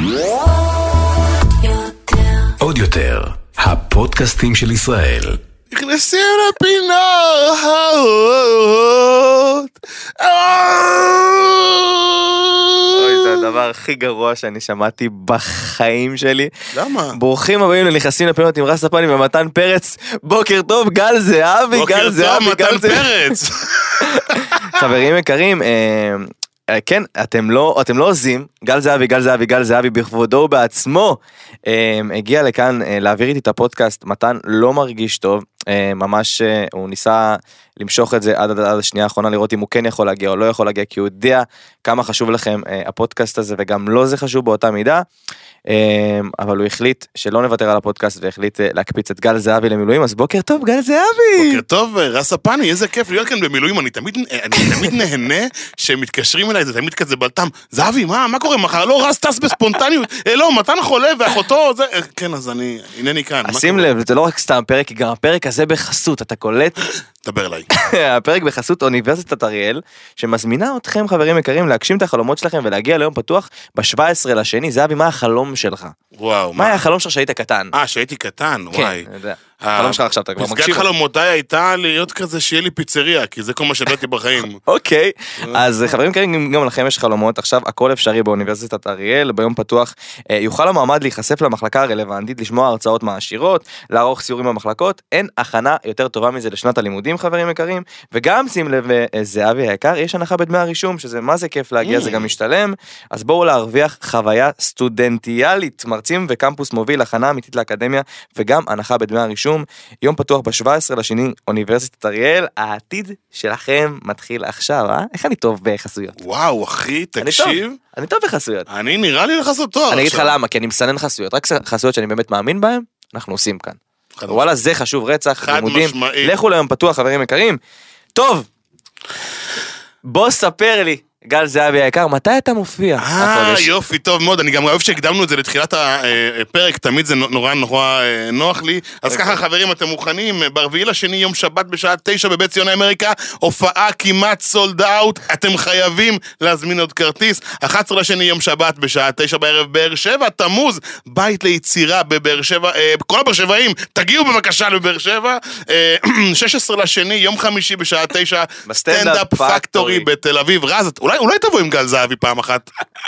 עוד יותר, הפודקאסטים של ישראל. נכנסים לפינה. אוי, זה הדבר הכי גרוע שאני שמעתי בחיים שלי. למה? ברוכים הבאים לנכנסים לפינות עם רס הפנים ומתן פרץ. בוקר טוב, גל זהבי, גל זהבי, מתן פרץ. חברים יקרים, כן, אתם לא עוזים, גל זהבי בכבודו בעצמו, הגיע לכאן להעביר איתי את הפודקאסט. מתן לא מרגיש טוב, ממש הוא ניסה למשוך את זה עד השנייה האחרונה, לראות אם הוא כן יכול להגיע או לא יכול להגיע, כי הוא יודע כמה חשוב לכם הפודקאסט הזה, וגם לא זה חשוב באותה מידה, אבל הוא החליט שלא נוותר על הפודקאסט, והחליט להקפיץ את גל זהבי למילואים. אז בוקר טוב, גל זהבי. בוקר טוב, רס הפני, איזה כיף להיות כאן במילואים. אני תמיד נהנה שמתקשרים אליי, זה תמיד כזה בלטם. זהבי, מה קורה מחר? לא, רס טס בספונטניות. לא, מתן חולה ואחותו, זה... כן, אז אני אינני כאן. שים לב, זה לא רק סתם פרק, כי גם הפרק הזה בחסות, אתה קולט? דבר אליי. הפרק בחסות אוניברסיטת אריאל, שמזמינה אתכם, חברים יקרים, להגשים את החלומות שלכם ולהגיע ליום פתוח ב-17 לשני. זהבי, מה החלום שלך? וואו. מה היה החלום שלך שהיית קטן? שהייתי קטן, וואי. כן, החלום שלך עכשיו, אתה כבר מקשיב. פסגת חלומותיי הייתה להיות כזה שיהיה לי פיצריה, כי זה כל מה שדעתי בחיים. אוקיי, אז חברים יקרים, גם לכם יש חלומות. עכשיו הכל אפשרי באוניברסיטת אריאל, ביום פתוח יוכל המועמד להיחשף למחלקה הרלוונטית, לשמוע הרצאות מעשירות, לערוך סיורים במחלקות. אין הכנה יותר טובה מזה לשנת הלימודים, חברים יקרים. וגם שים לב, זהבי היקר, יש הנחה בדמי הרישום, שזה מה זה כיף להגיע, זה גם משתלם. אז בואו להרוויח חוויה סטודנטיאלית, מרצים וקמפוס מוביל, הכנה אמיתית לאקדמיה, וגם הנחה בדמי הרישום. יום פתוח ב-17 לשני, אוניברסיטת אריאל. העתיד שלכם מתחיל עכשיו, איך אני טוב בחסויות? וואו, אחי, תקשיב. אני טוב בחסויות. אני נראה לי לחסות תואר. אני אגיד לך למה, כי אני מסנן חסויות, רק חסויות שאני באמת מאמין בהן, אנחנו עושים כאן. וואלה, זה חשוב, רצח, לימודים. לכו ליום פתוח, חברים יקרים. טוב, בוא ספר לי, גל זהבי היקר, מתי אתה מופיע? יופי, טוב מאוד, אני גם אוהב שהקדמנו את זה לתחילת הפרק, תמיד זה נורא נוח לי. אז ככה חברים, אתם מוכנים? ברביעי לשני, יום שבת בשעה 9 בבית ציוני אמריקה, הופעה כמעט סולד אאוט, אתם חייבים להזמין עוד כרטיס. 11 לשני, יום שבת בשעה 9 בערב, באר שבע, תמוז, בית ליצירה בבאר שבע, כל הבאר שבעים, תגיעו בבקשה לבאר שבע. 16 לשני, יום חמישי בשעה 9, סטנדאפ פקטורי בתל אביב. רז, אולי תבוא עם גל זהבי פעם אחת.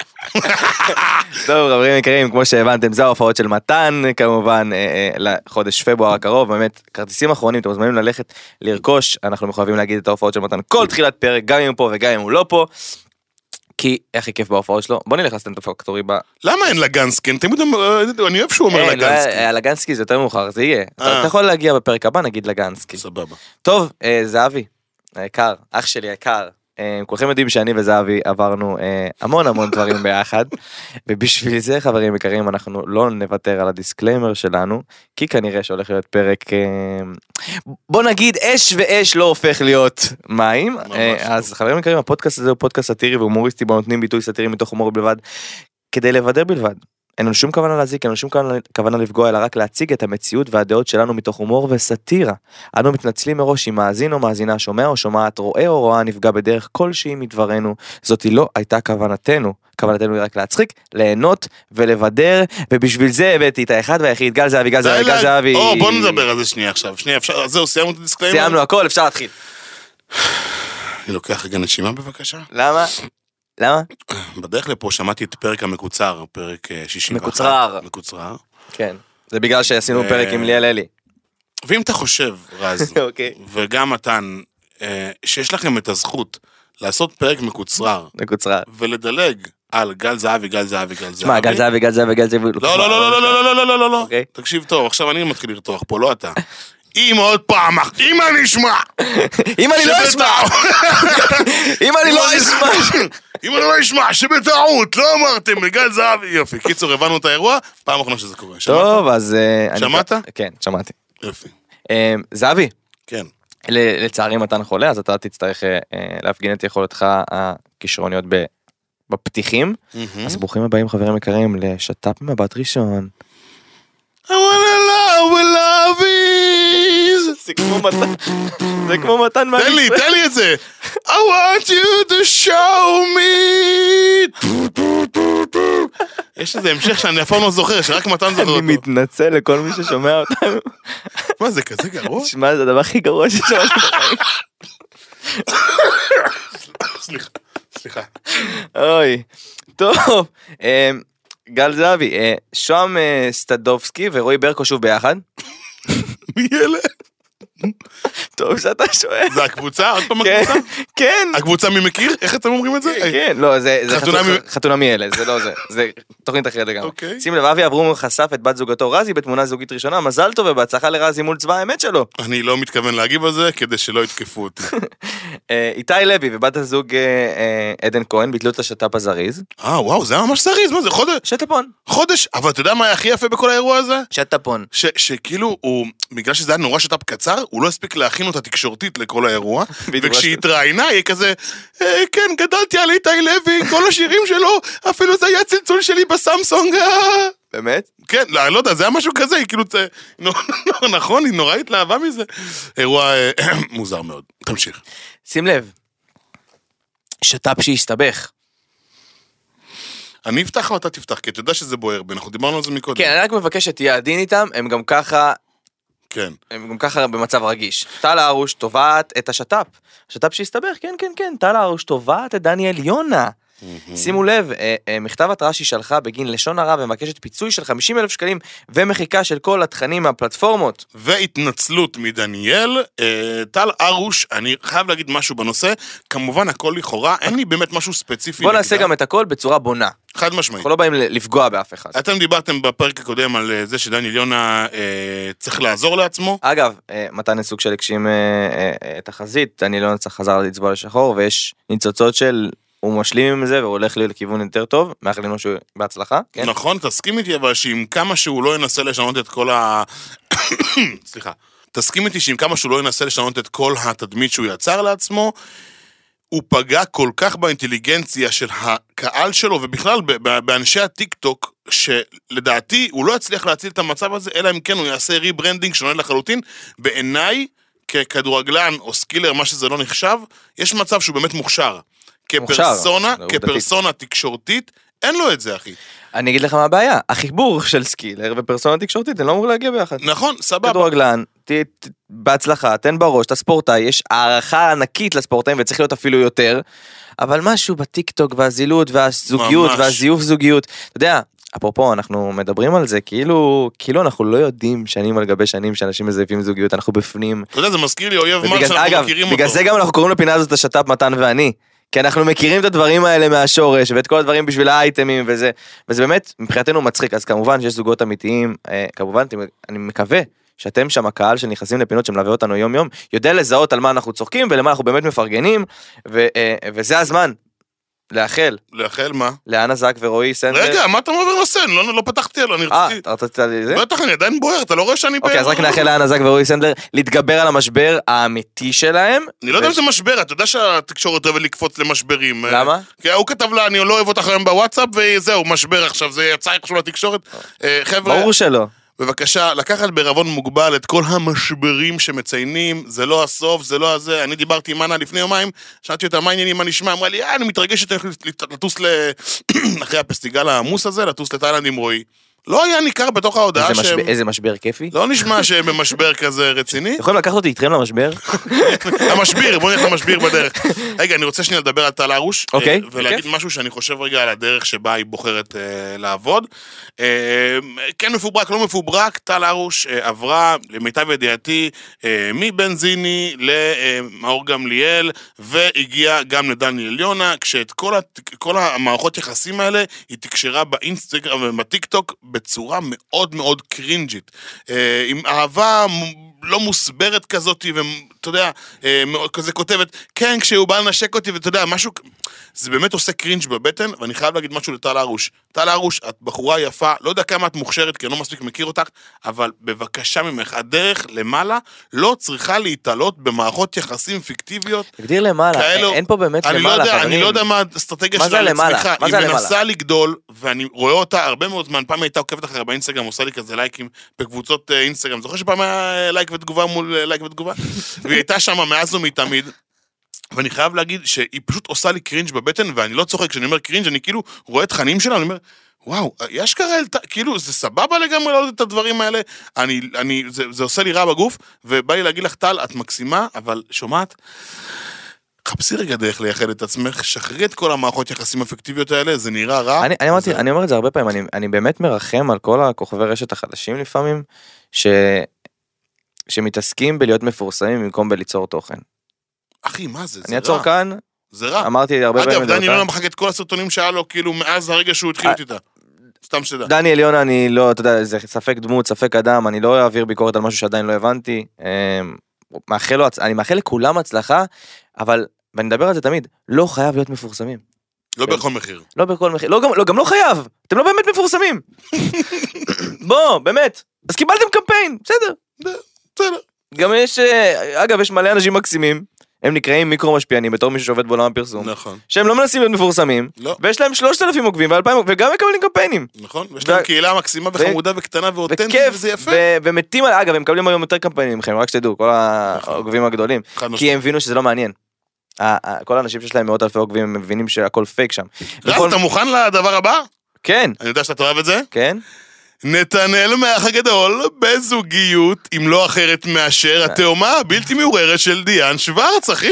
טוב, חברים יקרים, כמו שהבנתם, זה ההופעות של מתן, כמובן, לחודש פברואר הקרוב. באמת, כרטיסים אחרונים, אתם מוזמנים ללכת לרכוש. אנחנו מחויבים להגיד את ההופעות של מתן כל תחילת פרק, גם אם הוא פה וגם אם הוא לא פה, כי הכי כיף בהופעות שלו. בוא נלך לסטנדאפ פקטורי בה. למה אין לגנסקי? אני אוהב שהוא אומר לגנסקי. לגנסקי זה יותר מאוחר, זה יהיה. אתה יכול להגיע בפרק הבא, נגיד לגנסקי. סבבה. טוב, זהבי, היקר, אח שלי היקר. כולכם יודעים שאני וזהבי עברנו המון דברים ביחד, ובשביל זה, חברים יקרים, אנחנו לא נוותר על הדיסקליימר שלנו, כי כנראה שהולך להיות פרק, בוא נגיד, אש ואש לא הופך להיות מים. אז חברים יקרים, הפודקאסט הזה הוא פודקאסט סאטירי והומוריסטי, בו נותנים ביטוי סאטירי מתוך הומור בלבד, כדי לבדר בלבד. אין לנו שום כוונה להזיק, אין לנו שום כוונה לפגוע, אלא רק להציג את המציאות והדעות שלנו מתוך הומור וסאטירה. אנו מתנצלים מראש אם מאזין או מאזינה, שומע או שומעת, רואה או רואה נפגע בדרך כלשהי מדברנו. זאת לא הייתה כוונתנו. כוונתנו היא רק להצחיק, ליהנות ולבדר, ובשביל זה הבאתי את האחד והיחיד, גל זהבי, גל זהבי. בוא נדבר על זה שנייה עכשיו. שנייה, זהו, סיימנו את הדיסקליימר? סיימנו הכל, אפשר להתחיל. אני לוקח רגע נשימה בבקשה. למה? בדרך לפה שמעתי את פרק המקוצר, פרק 61. מקוצר. כן, זה בגלל שעשינו פרק עם ליאל אלי. ואם אתה חושב, רז, וגם מתן, שיש לכם את הזכות לעשות פרק מקוצר, ולדלג על גל זהבי. שמע, גל זהבי. לא. תקשיב טוב, עכשיו אני מתחיל לרתוח פה, לא אתה. אם עוד פעם, אם אני לא אשמע שבטעות, לא אמרתם לגל זהבי. יופי, קיצור, הבנו את האירוע, פעם אחרונה שזה קורה. טוב, אז... שמעת? כן, שמעתי. יופי. זהבי. כן. לצערי מתן חולה, אז אתה תצטרך להפגין את יכולתך הכישרוניות בפתיחים. אז ברוכים הבאים, חברים יקרים, לשת"פ מבט ראשון. I wanna love you. זה כמו מתן. תן לי את זה. I want you to show me. יש איזה המשך שאני אף פעם לא זוכר, שרק מתן זוכר אותו. אני מתנצל לכל מי ששומע אותנו. מה, זה כזה גרוע? שמע, זה הדבר הכי גרוע ששמעתי בחיים. סליחה. אוי, טוב. גל זהבי, שוהם סטדובסקי ורועי ברקו שוב ביחד. מי אלה? טוב שאתה שואל. זה הקבוצה? עוד פעם הקבוצה? כן. הקבוצה מי מכיר? איך אתם אומרים את זה? כן, לא, זה חתונה חתונה מאלה, זה לא זה. זה תוכנית אחרת לגמרי. אוקיי. שים לב, אבי אברום חשף את בת זוגתו רזי בתמונה זוגית ראשונה, מזל טוב ובהצלחה לרזי מול צבא האמת שלו. אני לא מתכוון להגיב על זה כדי שלא יתקפו אותי. איתי לוי ובת הזוג עדן כהן ביטלו את השת"פ הזריז. וואו, זה היה ממש זריז, מה זה, שטפון. חודש, אבל אתה יודע מה היה הכי יפה בכל האירוע הזה? שטפון. שכאילו הוא, בגלל שזה היה נורא שת"פ קצר, הוא לא הספיק להכין אותה תקשורתית לכל האירוע, וכשהיא התראיינה, היא כזה, כן, גדלתי על איתי לוי, כל השירים שלו, אפילו זה היה צלצול שלי בסמסונג. באמת? כן, לא יודע, זה היה משהו כזה, היא כאילו, נכון, היא נורא התלהבה מזה. אירוע מוזר מאוד, תמשיך. שים לב, שת"פ שהסתבך. אני אפתח או אתה תפתח, כי אתה יודע שזה בוער בי, אנחנו דיברנו על זה מקודם. כן, אני רק מבקש שתהיה עדין איתם, הם גם ככה... כן. הם גם ככה במצב רגיש. טל הרוש תובעת את השת"פ. השת"פ שהסתבך, כן. טל הרוש תובעת את דניאל יונה. שימו לב, מכתב התראה שהיא שלחה בגין לשון הרע ומבקשת פיצוי של 50,000 שקלים ומחיקה של כל התכנים מהפלטפורמות. והתנצלות מדניאל. טל הרוש, אני חייב להגיד משהו בנושא, כמובן הכל לכאורה, אין לי באמת משהו ספציפי. בוא נעשה גם את הכל בצורה בונה. חד משמעית. אנחנו לא באים לפגוע באף אחד. אתם דיברתם בפרק הקודם על זה שדניאל יונה צריך לעזור לעצמו. אגב, מתן סוג של הגשים תחזית, דניאל יונה חזר לצבוע לשחור, ויש ניצוצות של הוא משלים עם זה והוא הולך לי לכיוון יותר טוב, מאחלים לו שהוא בהצלחה. נכון, תסכים איתי, אבל שעם כמה שהוא לא ינסה לשנות את כל סליחה. תסכים איתי שעם כמה שהוא לא ינסה לשנות את כל התדמית שהוא יצר לעצמו, הוא פגע כל כך באינטליגנציה של הקהל שלו, ובכלל באנשי הטיק טוק, שלדעתי הוא לא יצליח להציל את המצב הזה, אלא אם כן הוא יעשה ריברנדינג שונה לחלוטין. בעיניי, ככדורגלן או סקילר, מה שזה לא נחשב, יש מצב שהוא באמת מוכשר. כפרסונה תקשורתית, אין לו את זה, אחי. אני אגיד לך מה הבעיה, החיבור של סקילר ופרסונה תקשורתית, אני לא אמור להגיע ביחד. נכון, סבבה. כדורגלן, בהצלחה, תן בראש, אתה ספורטאי, יש הערכה ענקית לספורטאים, וצריך להיות אפילו יותר, אבל משהו בטיקטוק והזילות והזוגיות והזיוף זוגיות, אתה יודע, אפרופו, אנחנו מדברים על זה, כאילו אנחנו לא יודעים שנים על גבי שנים שאנשים מזייפים זוגיות, אנחנו בפנים. אתה יודע, זה מזכיר לי אויב מר שאנחנו מכירים אותו. בגלל זה גם אנחנו קוראים לפינה הזאת השת"פ מתן ואני, כי אנחנו מכירים את הדברים האלה מהשורש, ואת כל הדברים בשביל האייטמים, וזה באמת, מבחינתנו מצחיק, אז כמובן שיש זוגות אמיתיים, כמובן, אני מקווה שאתם שם הקהל שנכנסים לפינות שמלווה אותנו יום יום, יודע לזהות על מה אנחנו צוחקים, ולמה אנחנו באמת מפרגנים, וזה הזמן. לאחל. לאחל מה? לאנה זק ורועי סנדלר. רגע, מה אתה מעבר לסן? לא פתחתי עליו, אני רציתי. אתה רצית לי זה? בטח, אני עדיין בוער, אתה לא רואה שאני אוקיי, אז רק נאחל לאנה זק ורועי סנדלר להתגבר על המשבר האמיתי שלהם. אני לא יודע אם זה משבר, אתה יודע שהתקשורת אוהבת לקפוץ למשברים. למה? כי הוא כתב לה, אני לא אוהב אותך היום בוואטסאפ, וזהו, משבר עכשיו, זה יצא איכשהו לתקשורת. חבר'ה, ברור שלא. בבקשה, לקחת בערבון מוגבל את כל המשברים שמציינים, זה לא הסוף, זה לא הזה. אני דיברתי עם אנה לפני יומיים, שאלתי אותה מה העניינים, מה נשמע, אמרה לי, אני מתרגשת לטוס אחרי הפסטיגל העמוס הזה, לטוס לתאילנד עם רועי. לא היה ניכר בתוך ההודעה איזה משבר כיפי. לא נשמע שהם במשבר כזה רציני. יכולים לקחת אותי איתכם למשבר? המשביר, בוא נלך למשביר בדרך. רגע, אני רוצה שנייה לדבר על טל הרוש, אוקיי. ולהגיד משהו שאני חושב רגע על הדרך שבה היא בוחרת לעבוד. כן מפוברק, לא מפוברק, טל הרוש עברה, למיטב ידיעתי, מבנזיני למאור גמליאל, והגיעה גם לדניאל יונה, כשאת כל המערכות יחסים האלה, היא תקשרה באינסטגרם ובטיק טוק, בצורה מאוד מאוד קרינג'ית, עם אהבה לא מוסברת כזאת, ואתה יודע, כזה כותבת, כן, כשהוא בא לנשק אותי, ואתה יודע, משהו, זה באמת עושה קרינג' בבטן, ואני חייב להגיד משהו לטל הרוש. טל הרוש, את בחורה יפה, לא יודע כמה את מוכשרת, כי אני לא מספיק מכיר אותך, אבל בבקשה ממך, הדרך למעלה לא צריכה להתעלות במערכות יחסים פיקטיביות. תגדיר למעלה, אין פה באמת למעלה, חברים. אני לא יודע מה האסטרטגיה שלה לצמיחה. היא מנסה לגדול, ואני רואה אותה הרבה מאוד זמן, פעם הייתה עוקבת אחריה באינסטגרם, עושה לי כזה לייקים בקבוצות אינסטגרם. זוכר שפעם היה לייק ותגובה מול לייק ותגובה? והיא הייתה שם מאז ומתמיד. ואני חייב להגיד שהיא פשוט עושה לי קרינג' בבטן, ואני לא צוחק, כשאני אומר קרינג' אני כאילו רואה תכנים שלה, אני אומר, וואו, יש קרה, כאילו, זה סבבה לגמרי לעוד את הדברים האלה, זה עושה לי רע בגוף, ובא לי להגיד לך, טל, את מקסימה, אבל שומעת, חפשי רגע דרך לייחד את עצמך, שחררי את כל המערכות יחסים אפקטיביות האלה, זה נראה רע. אני אומר את זה הרבה פעמים, אני באמת מרחם על כל הכוכבי רשת החדשים לפעמים, שמתעסקים בלהיות מפורסמים במקום בליצור תוכן. אחי, מה זה? אני אעצור כאן. זה רע. אמרתי הרבה פעמים. אגב, דני אליונה מחק את כל הסרטונים שהיה לו, כאילו, מאז הרגע שהוא התחיל איתה. סתם שתדע. דני אליונה, אני לא, אתה יודע, זה ספק דמות, ספק אדם, אני לא אעביר ביקורת על משהו שעדיין לא הבנתי. אני מאחל לכולם הצלחה, אבל, ואני מדבר על זה תמיד, לא חייב להיות מפורסמים. לא בכל מחיר. לא בכל מחיר. גם לא חייב. אתם לא באמת מפורסמים. בוא, באמת. אז קיבלתם קמפיין, בסדר. גם יש, אגב, יש מלא אנשים מקסימים, הם נקראים מיקרו-משפיענים, בתור מישהו שעובד בעולם הפרסום. נכון. שהם לא מנסים להיות מפורסמים, ויש להם 3,000 עוקבים ו2,000, וגם מקבלים קמפיינים. נכון, ויש להם קהילה מקסימה וחמודה וקטנה ואותנטית, וזה יפה. ומתים, אגב, הם מקבלים היום יותר קמפיינים מכם, רק שתדעו, כל העוקבים הגדולים. כי הם הבינו שזה לא מעניין. כל האנשים שיש להם מאות אלפי עוקבים, הם מבינים שהכל פייק שם. רז, אתה מוכן לדבר הבא? כן. אני יודע שאתה אוהב את זה? כן. נתנאל מהאח הגדול בזוגיות, אם לא אחרת מאשר התאומה הבלתי מעוררת של דיאן שוורץ, אחי.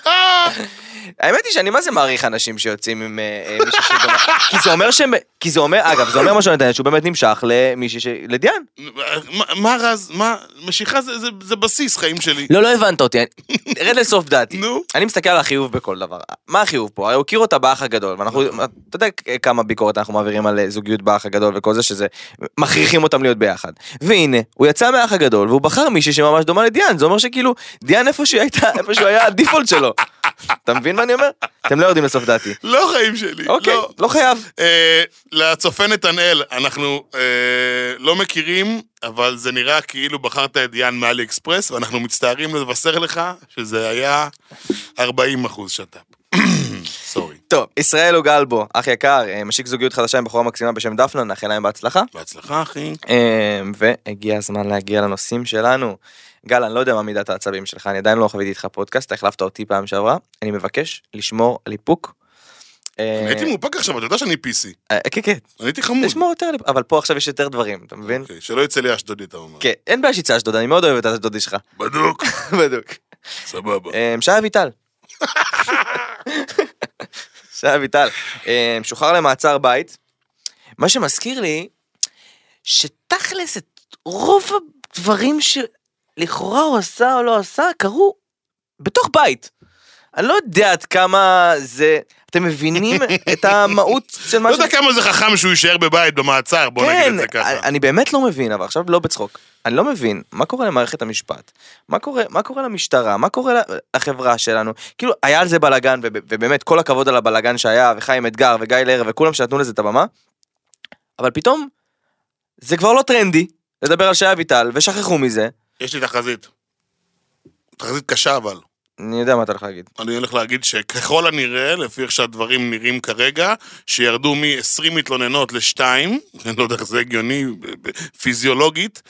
האמת היא שאני מה זה מעריך אנשים שיוצאים עם מישהו שדומה, כי זה אומר, אגב, זה אומר משהו נתנאל, שהוא באמת נמשך לדיאן. מה רז, משיכה זה בסיס חיים שלי. לא הבנת אותי, רד לסוף דעתי. נו. אני מסתכל על החיוב בכל דבר. מה החיוב פה? הוא הכיר אותה באח הגדול, ואנחנו, אתה יודע כמה ביקורת אנחנו מעבירים על זוגיות באח הגדול וכל זה, שזה מכריחים אותם להיות ביחד. והנה, הוא יצא מהאח הגדול, והוא בחר מישהי שממש דומה לדיאן, זה אומר שכאילו, דיאן איפה שהוא היה הדיפולט שלו. אתה מבין מה אני אומר? אתם לא יודעים לסוף דעתי. לא חיים שלי. אוקיי, לא חייב. לצופה נתנאל, אנחנו לא מכירים, אבל זה נראה כאילו בחרת את דיאן מאלי אקספרס, ואנחנו מצטערים לבשר לך שזה היה 40% שטאפ. סורי. טוב, ישראל הוא גלבו, אח יקר, משיק זוגיות חדשה עם בחורה מקסימה בשם דפנה, נאחל להם בהצלחה. בהצלחה, אחי. והגיע הזמן להגיע לנושאים שלנו. גל, אני לא יודע מה מידת העצבים שלך, אני עדיין לא חוויתי איתך פודקאסט, אתה החלפת אותי פעם שעברה, אני מבקש לשמור על איפוק. אני הייתי מאופק עכשיו, אתה יודע שאני PC. כן. אני הייתי חמוד. לשמור יותר, אבל פה עכשיו יש יותר דברים, אתה מבין? שלא יצא לי אשדודי, אתה אומר. כן, אין בעיה שיצא אשדוד, אני מאוד אוהב את האשדודי שלך. בדוק. סבבה. שי אביטל. שי אביטל. משוחרר למעצר בית. מה שמזכיר לי, שתכלס את רוב הדברים שלכאורה הוא עשה או לא עשה, קרו בתוך בית. אני לא יודע עד כמה זה, אתם מבינים את המהות של מה לא יודע כמה זה חכם שהוא יישאר בבית במעצר, בוא נגיד את זה ככה. אני באמת לא מבין, אבל עכשיו לא בצחוק. אני לא מבין מה קורה למערכת המשפט, מה קורה למשטרה, מה קורה לחברה שלנו. כאילו, היה על זה בלגן, ובאמת כל הכבוד על הבלגן שהיה, וחיים אתגר וגיא לרר וכולם שנתנו לזה את הבמה, אבל פתאום זה כבר לא טרנדי לדבר על שי אביטל, ושכחו מזה. יש לי תחזית קשה אבל. אני יודע מה אתה הולך להגיד. אני הולך להגיד שככל הנראה, לפי איך שהדברים נראים כרגע, שירדו מ-20 מתלוננות ל-2, אני לא יודע איך זה הגיוני, פיזיולוגית,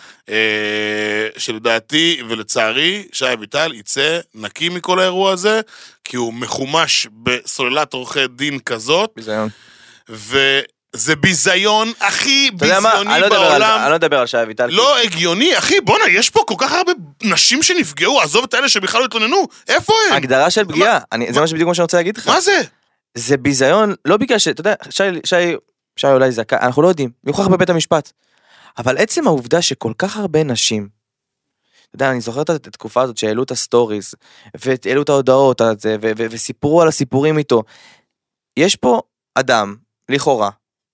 שלדעתי ולצערי, שי אביטל יצא נקי מכל האירוע הזה, כי הוא מחומש בסוללת עורכי דין כזאת. ביזיון. זה ביזיון הכי ביזיוני בעולם. אני לא אדבר על שי אביטל. לא הגיוני, אחי, בונה, יש פה כל כך הרבה נשים שנפגעו, עזוב את האלה שבכלל לא התלוננו, איפה הם? הגדרה של פגיעה, זה מה שבדיוק מה שאני רוצה להגיד לך. מה זה? זה ביזיון, לא בגלל ש... אתה יודע, שי אולי זכאי, אנחנו לא יודעים, יוכח בבית המשפט. אבל עצם העובדה שכל כך הרבה נשים, אתה יודע, אני זוכרת את התקופה הזאת שהעלו את הסטוריז, והעלו את ההודעות, וסיפרו על הסיפורים איתו. יש פה אדם, לכאורה,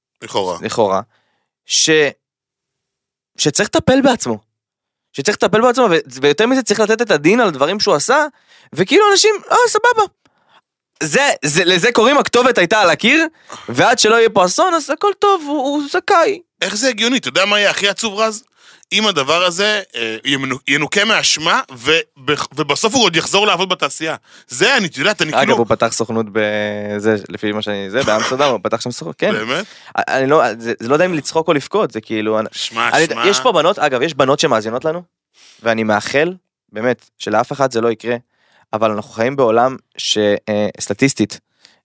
שצריך לטפל בעצמו. ויותר מזה צריך לתת את הדין על דברים שהוא עשה, וכאילו אנשים, סבבה. לזה קוראים הכתובת הייתה על הקיר, ועד שלא יהיה פה אסון, אז הכל טוב, הוא זכאי. איך זה הגיוני? אתה יודע מה יהיה הכי עצוב רז? אם הדבר הזה ינוקה מהאשמה, ובסוף הוא עוד יחזור לעבוד בתעשייה. זה, אני יודעת, אני כאילו... אגב, הוא פתח סוכנות בזה, לפי מה שאני... זה, באמסטרדם, הוא פתח שם סוכנות, כן. באמת? אני לא, זה לא יודע אם לצחוק או לבכות, זה כאילו... שמע. יש פה בנות, אגב, יש בנות שמאזינות לנו, ואני מאחל, באמת, שלאף אחד זה לא יקרה, אבל אנחנו חיים בעולם שסטטיסטית,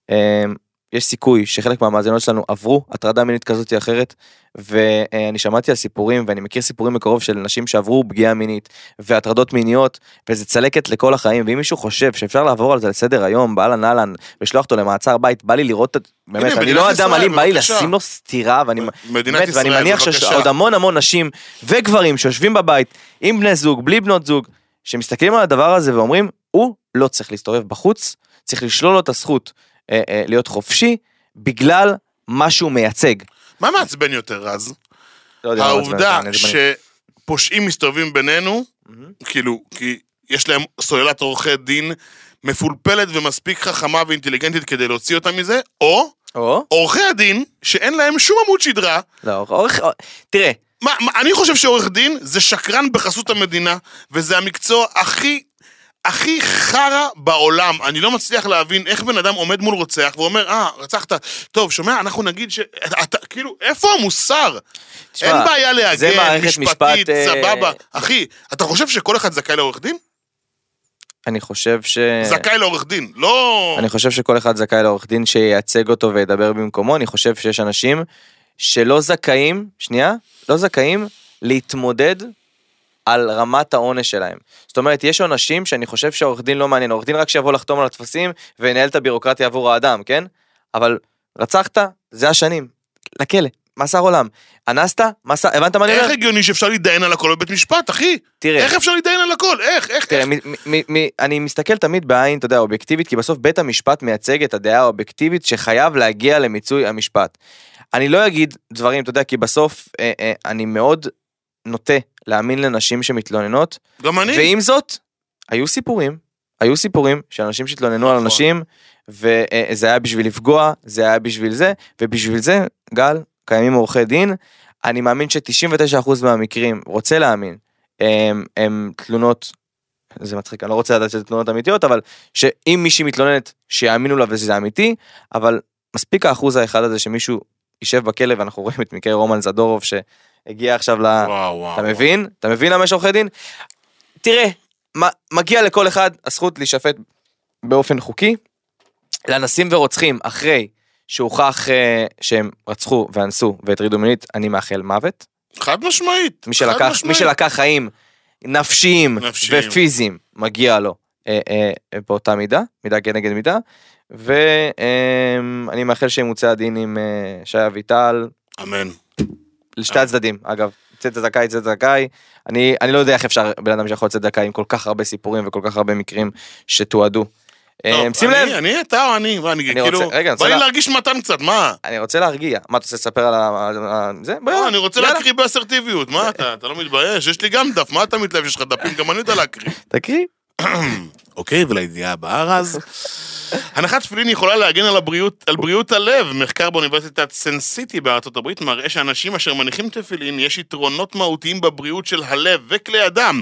יש סיכוי שחלק מהמאזינות שלנו עברו הטרדה מינית כזאת או אחרת, ואני שמעתי על סיפורים, ואני מכיר סיפורים מקרוב של נשים שעברו פגיעה מינית, והטרדות מיניות, וזה צלקת לכל החיים, ואם מישהו חושב שאפשר לעבור על זה לסדר היום, באלן אהלן, ושלוח אותו למעצר בית, בא לי לראות, באמת, אני לא אדם אלים, בא לי לשים לו סתירה, ואני מניח שעוד המון נשים וגברים שיושבים בבית, עם בני זוג, בלי בנות זוג, שמסתכלים על הדבר הזה ואומרים, הוא לא צריך להסתובב בחוץ, צריך לשלול לו את הזכות להיות חופשי, בגלל מה שהוא מייצג. מה מעצבן יותר, רז? העובדה שפושעים מסתובבים בינינו, כאילו, כי יש להם סוללת עורכי דין מפולפלת ומספיק חכמה ואינטליגנטית כדי להוציא אותם מזה, או עורכי הדין שאין להם שום עמוד שדרה. לא, תראה. אני חושב שעורך דין זה שקרן בחסות המדינה, וזה המקצוע הכי חרה בעולם. אני לא מצליח להבין איך בן אדם עומד מול רוצח ואומר, רצחת, טוב, שומע, אנחנו נגיד שאתה, כאילו, איפה המוסר? אין בעיה להגן, משפטית, סבבה. אחי, אתה חושב שכל אחד זכאי לעורך דין? אני חושב זכאי לעורך דין, לא... אני חושב שכל אחד זכאי לעורך דין שייצג אותו וידבר במקומו. אני חושב שיש אנשים שלא זכאים, לא זכאים להתמודד על רמת העונש שלהם. זאת אומרת, יש אנשים שאני חושב שהעורך דין לא מעניין, עורך דין רק שיבוא לחתום על התפסים, וינהל את הבירוקרטיה עבור האדם, כן? אבל רצחת, זה השנים, לכלא, מאסר עולם. אנסת, הבנת מה אני אומר? איך הגיוני שאפשר להידיין על הכל בבית משפט, אחי? תראה. איך אפשר להידיין על הכל? איך? תראה, אני מסתכל תמיד בעין, אתה יודע, אובייקטיבית, כי בסוף בית המשפט מייצג את הדעה האובייקטיבית שחייב להגיע למיצוי המשפט. אני לא אגיד דברים, אתה יודע, כי בסוף אני מאוד נוטה להאמין לנשים שמתלוננות. גם אני. ועם זאת, היו סיפורים של אנשים שהתלוננו על אנשים, וזה היה בשביל לפגוע, זה היה בשביל זה, ובשביל זה, גל, קיימים עורכי דין, אני מאמין ש99% מהמקרים, רוצה להאמין, הם תלונות, זה מצחיק, אני לא רוצה לדעת שזה תלונות אמיתיות, אבל שאם מישהי מתלוננת, שיאמינו לה וזה אמיתי, אבל מספיק האחוז האחד הזה שמישהו יישב בכלא, ואנחנו רואים את מקרה רומן זדורוב, שהגיע עכשיו אתה מבין? אתה מבין למה יש עורכי דין? תראה, מגיע לכל אחד הזכות להישפט באופן חוקי, לאנסים ורוצחים אחרי שהוכח שהם רצחו ואנסו והטרידו מינית, אני מאחל מוות. חד משמעית. מי שלקח חיים נפשיים ופיזיים, מגיע לו באותה מידה כנגד מידה, ואני מאחל שימוצא הדין עם שי אביטל. אמן. לשתי הצדדים, אגב, צאת זכאי, אני לא יודע איך אפשר בן אדם שיכול לצאת זכאי עם כל כך הרבה סיפורים וכל כך הרבה מקרים שתועדו. שים לב. אתה או אני, כאילו, בא לי להרגיש מתן קצת, מה? אני רוצה להרגיע, מה אתה רוצה לספר על זה? אני רוצה להקריא באסרטיביות, מה אתה לא מתבייש? יש לי גם דף, מה אתה מתלהב, יש לך דפים, גם אני יודע להקריא. תקריא. אוקיי, ולידיעה הבאה רז. הנחת תפילין יכולה להגן על בריאות הלב. מחקר באוניברסיטת סנסיטי בארצות הברית מראה שאנשים אשר מניחים תפילין יש יתרונות מהותיים בבריאות של הלב וכלי הדם.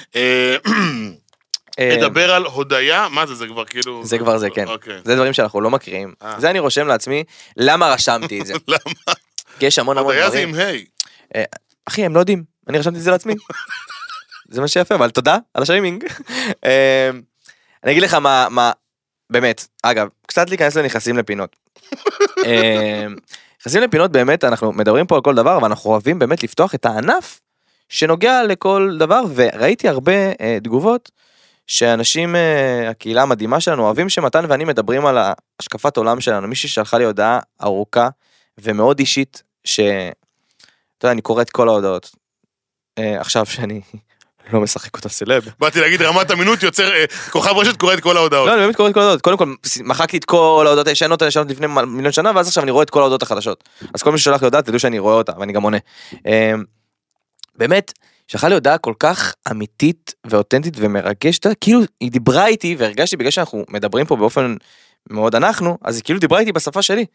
מדבר על הודיה, מה זה כבר כאילו... זה כבר זה, כן. זה דברים שאנחנו לא מקריאים. זה אני רושם לעצמי, למה רשמתי את זה? למה? כי יש המון דברים. הודיה זה עם היי. אחי, הם לא יודעים, אני רשמתי את זה לעצמי. זה מה שיפה, אבל תודה על השיימינג. אני אגיד לך מה, באמת, אגב, קצת להיכנס לנכנסים לפינות. נכנסים לפינות באמת, אנחנו מדברים פה על כל דבר, אבל אנחנו אוהבים באמת לפתוח את הענף שנוגע לכל דבר, וראיתי הרבה תגובות שאנשים, הקהילה המדהימה שלנו, אוהבים שמתן ואני מדברים על השקפת עולם שלנו. מישהי שלחה לי הודעה ארוכה ומאוד אישית, אתה יודע, אני קורא את כל ההודעות. עכשיו שאני לא משחק אותה סלב. באתי להגיד רמת אמינות יוצר, כוכב רשת קורא את כל ההודעות. לא, אני באמת קורא את כל ההודעות. קודם כל, מחקתי את כל ההודעות הישנות לפני מיליון שנה, ואז עכשיו אני רואה את כל ההודעות החדשות. אז כל מי ששולח לי הודעה, תדעו שאני רואה אותה, ואני גם עונה. באמת, שלחה לי הודעה כל כך אמיתית ואותנטית ומרגשת, כאילו היא דיברה איתי, והרגשתי בגלל שאנחנו מדברים פה באופן מאוד אז היא כאילו דיברה איתי בשפה שלי.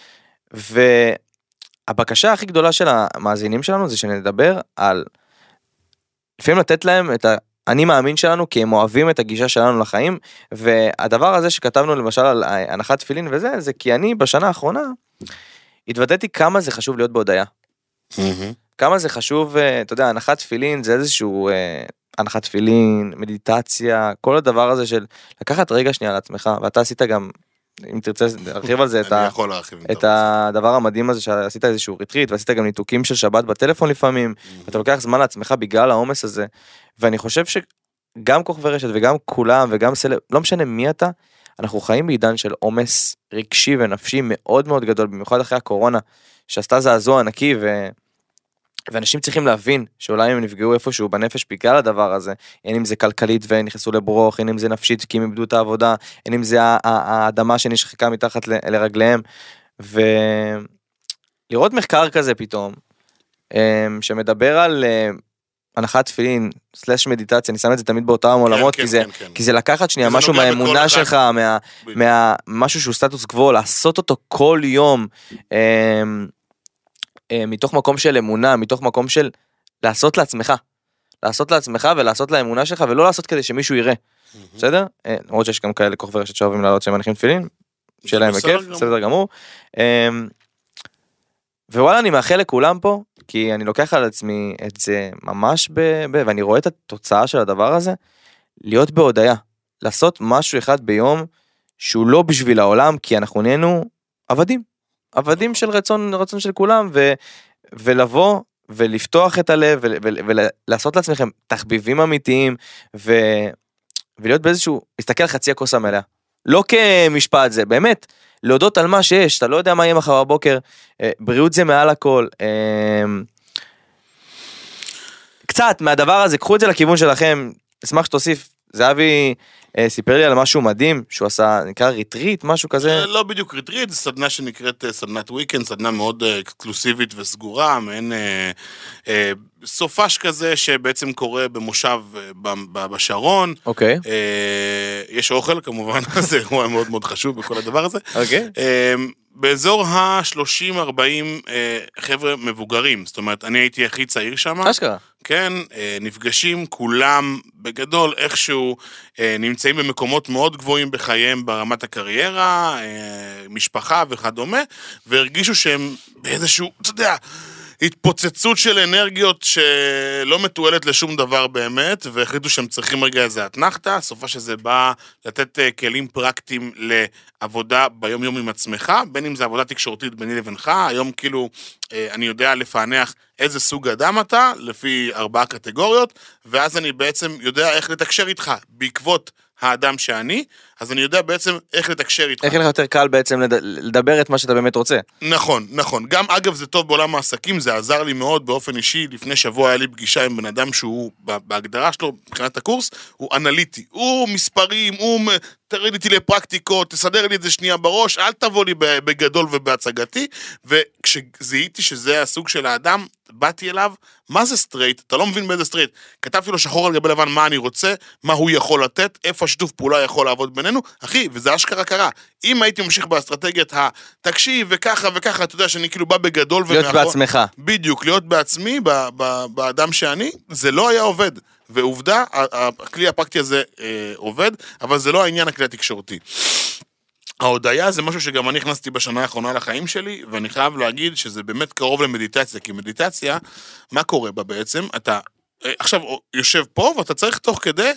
והבקשה הכי גדולה של המאזינים שלנו, זה שנדבר על לפעמים לתת להם את אני מאמין שלנו, כי הם אוהבים את הגישה שלנו לחיים, והדבר הזה שכתבנו למשל על הנחת תפילין וזה, זה כי אני בשנה האחרונה, התוודעתי כמה זה חשוב להיות בהודעה. כמה זה חשוב, אתה יודע, הנחת תפילין זה איזשהו הנחת תפילין, מדיטציה, כל הדבר הזה של לקחת רגע שנייה לעצמך, ואתה עשית גם, אם תרצה להרחיב על זה, את הדבר המדהים הזה שעשית איזשהו ריטריט, ועשית גם ניתוקים של שבת בטלפון לפעמים, ואתה לוקח זמן לעצמך בגלל העומס הזה, ואני חושב שגם כוכבי רשת וגם כולם וגם סלב, לא משנה מי אתה, אנחנו חיים בעידן של עומס רגשי ונפשי מאוד מאוד גדול, במיוחד אחרי הקורונה, שעשתה זעזוע ענקי, ואנשים צריכים להבין שאולי הם נפגעו איפשהו בנפש בגלל הדבר הזה, אין אם זה כלכלית ונכנסו לברוך, אין אם זה נפשית כי הם איבדו את העבודה, אין אם זה האדמה שנשחקה מתחת לרגליהם, ולראות מחקר כזה פתאום, שמדבר על הנחת תפילין, סלש מדיטציה, אני שם את זה תמיד באותם עולמות, כי זה לקחת שנייה משהו מהאמונה שלך, משהו שהוא סטטוס קוו, לעשות אותו כל יום, מתוך מקום של אמונה, מתוך מקום של לעשות לעצמך ולעשות לאמונה שלך, ולא לעשות כדי שמישהו יראה, בסדר? למרות שיש גם כאלה כוכבי רשת שאוהבים לעלות שהם מניחים תפילין, שיהיה להם בכיף, בסדר גמור. ווואלה, אני מאחל לכולם פה, כי אני לוקח על עצמי את זה ממש ואני רואה את התוצאה של הדבר הזה, להיות בהודעה, לעשות משהו אחד ביום, שהוא לא בשביל העולם, כי אנחנו נהיינו עבדים של רצון של כולם, ולבוא ולפתוח את הלב, ולעשות לעצמכם תחביבים אמיתיים, ולהיות באיזשהו, להסתכל חצי הכוס המלאה. לא כמשפט זה, באמת, להודות על מה שיש, אתה לא יודע מה יהיה מחר בבוקר, בריאות זה מעל הכל, קצת מהדבר הזה, קחו את זה לכיוון שלכם, אשמח שתוסיף, זהבי סיפר לי על משהו מדהים, שהוא עשה, נקרא ריטריט, משהו כזה. לא בדיוק ריטריט, זו סדנה שנקראת סדנת וויקנד, סדנה מאוד אקסקלוסיבית וסגורה, מעין סופש כזה שבעצם קורה במושב בשרון. אוקיי. יש אוכל כמובן, זה אירוע מאוד מאוד חשוב בכל הדבר הזה. אוקיי. באזור ה-30-40 חבר'ה מבוגרים, זאת אומרת, אני הייתי הכי צעיר שם. אשכרה. כן, נפגשים כולם בגדול איכשהו, נמצאים במקומות מאוד גבוהים בחייהם ברמת הקריירה, משפחה וכדומה, והרגישו שהם באיזשהו, אתה יודע, התפוצצות של אנרגיות שלא מתועלת לשום דבר באמת, והחליטו שהם צריכים רגע איזה התנחתה, סופה שזה בא לתת כלים פרקטיים לעבודה ביום יום עם עצמך, בין אם זה עבודה תקשורתית ביני לבינך, היום כאילו אני יודע לפענח איזה סוג אדם אתה, לפי 4 קטגוריות, ואז אני בעצם יודע איך לתקשר איתך בעקבות האדם שאני, אז אני יודע בעצם איך לתקשר איתך. איך לך יותר קל בעצם לדבר את מה שאתה באמת רוצה. נכון, נכון. גם אגב זה טוב בעולם העסקים, זה עזר לי מאוד באופן אישי, לפני שבוע היה לי פגישה עם בן אדם שהוא, בהגדרה שלו, מבחינת הקורס, הוא אנליטי, הוא מספרים, הוא תראי לי לפרקטיקות, תסדר לי את זה שנייה בראש, אל תבוא לי בגדול ובהצגתי, וכשזיהיתי שזה הסוג של האדם, באתי אליו, מה זה סטרייט? אתה לא מבין באיזה סטרייט. כתבתי לו שחור על גבי לבן מה אני רוצה, מה הוא יכול לתת, איפה השיתוף פעולה יכול לעבוד בינינו, אחי, וזה אשכרה קרה. אם הייתי ממשיך באסטרטגיית תקשיב וככה וככה, אתה יודע שאני כאילו בא בגדול להיות בעצמך. בדיוק, להיות בעצמי, באדם שאני, זה לא היה עובד. ועובדה, הכלי הפרקטי הזה עובד, אבל זה לא העניין הכלי התקשורתי. ההודעה זה משהו שגם אני הכנסתי בשנה האחרונה לחיים שלי, ואני חייב להגיד שזה באמת קרוב למדיטציה, כי מדיטציה, מה קורה בה בעצם? אתה עכשיו יושב פה, ואתה צריך תוך כדי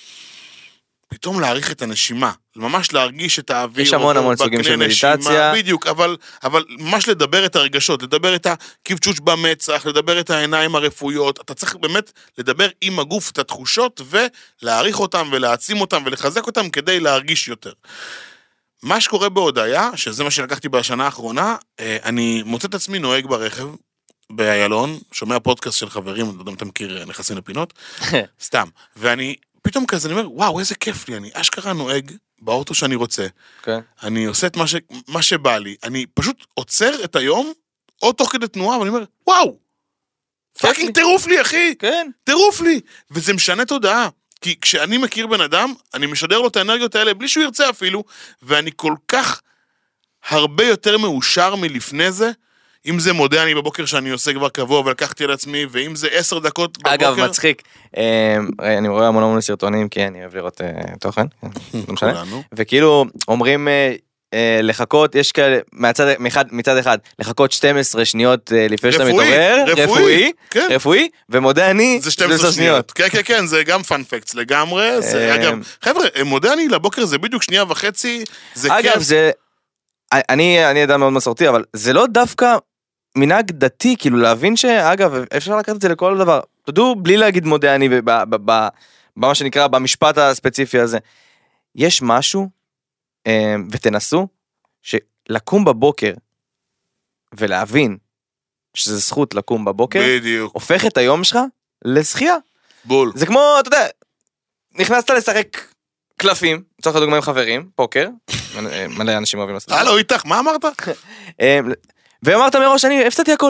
פתאום להעריך את הנשימה, ממש להרגיש את האוויר. יש המון סוגים של מדיטציה. בדיוק, אבל ממש לדבר את הרגשות, לדבר את הכבצ'וץ' במצח, לדבר את העיניים הרפואיות, אתה צריך באמת לדבר עם הגוף את התחושות, ולהעריך אותם ולהעצים אותם ולחזק אותם כדי להרגיש יותר. מה שקורה בהודעה, שזה מה שלקחתי בשנה האחרונה, אני מוצא את עצמי נוהג ברכב, באיילון, שומע פודקאסט של חברים, לא יודע אם אתה מכיר נכנסים לפינות, סתם, ואני פתאום כזה, אני אומר, וואו, איזה כיף לי, אני אשכרה נוהג באוטו שאני רוצה, אני עושה את מה שבא לי, אני פשוט עוצר את היום, או תוך כדי תנועה, ואני אומר, וואו, פאקינג טירוף לי, אחי, טירוף לי, וזה משנה תודעה, כי כשאני מכיר בן אדם, אני משדר לו את האנרגיות האלה, בלי שהוא ירצה אפילו, ואני כל כך הרבה יותר מאושר מלפני זה, אם זה מודה אני בבוקר שאני עושה כבר קבוע, ולקחתי על עצמי, ואם זה 10 דקות בבוקר. אגב, מצחיק, אני רואה המון סרטונים, כי אני אוהב לראות תוכן, וכאילו אומרים, לחכות, יש כאלה, מצד אחד, לחכות 12 שניות לפני שאתה רפואי, מתעורר, כן. רפואי, ומודה אני, זה 12 שניות. כן, כן, כן, זה גם פאנפקטס לגמרי. אגב, חבר'ה, מודה אני לבוקר זה בדיוק 1.5 שניות, זה כיף. אגב, זה, אני אדם מאוד מסורתי, אבל זה לא דווקא מנהג דתי, כאילו להבין שאגב, אפשר לקחת את זה לכל דבר. תדעו, בלי להגיד מודה אני, במה שנקרא, במשפט הספציפי הזה. יש משהו, ותנסו, שלקום בבוקר, ולהבין, שזה זכות לקום בבוקר, בדיוק. הופך את היום שלך לשחייה. בול. זה כמו, אתה יודע, נכנסת לשחק קלפים, צריך לדוגמה עם חברים, פוקר, מלא אנשים אוהבים לעשות. הלו, איתך, מה אמרת? ואמרת מראש, אני הפסדתי הכל.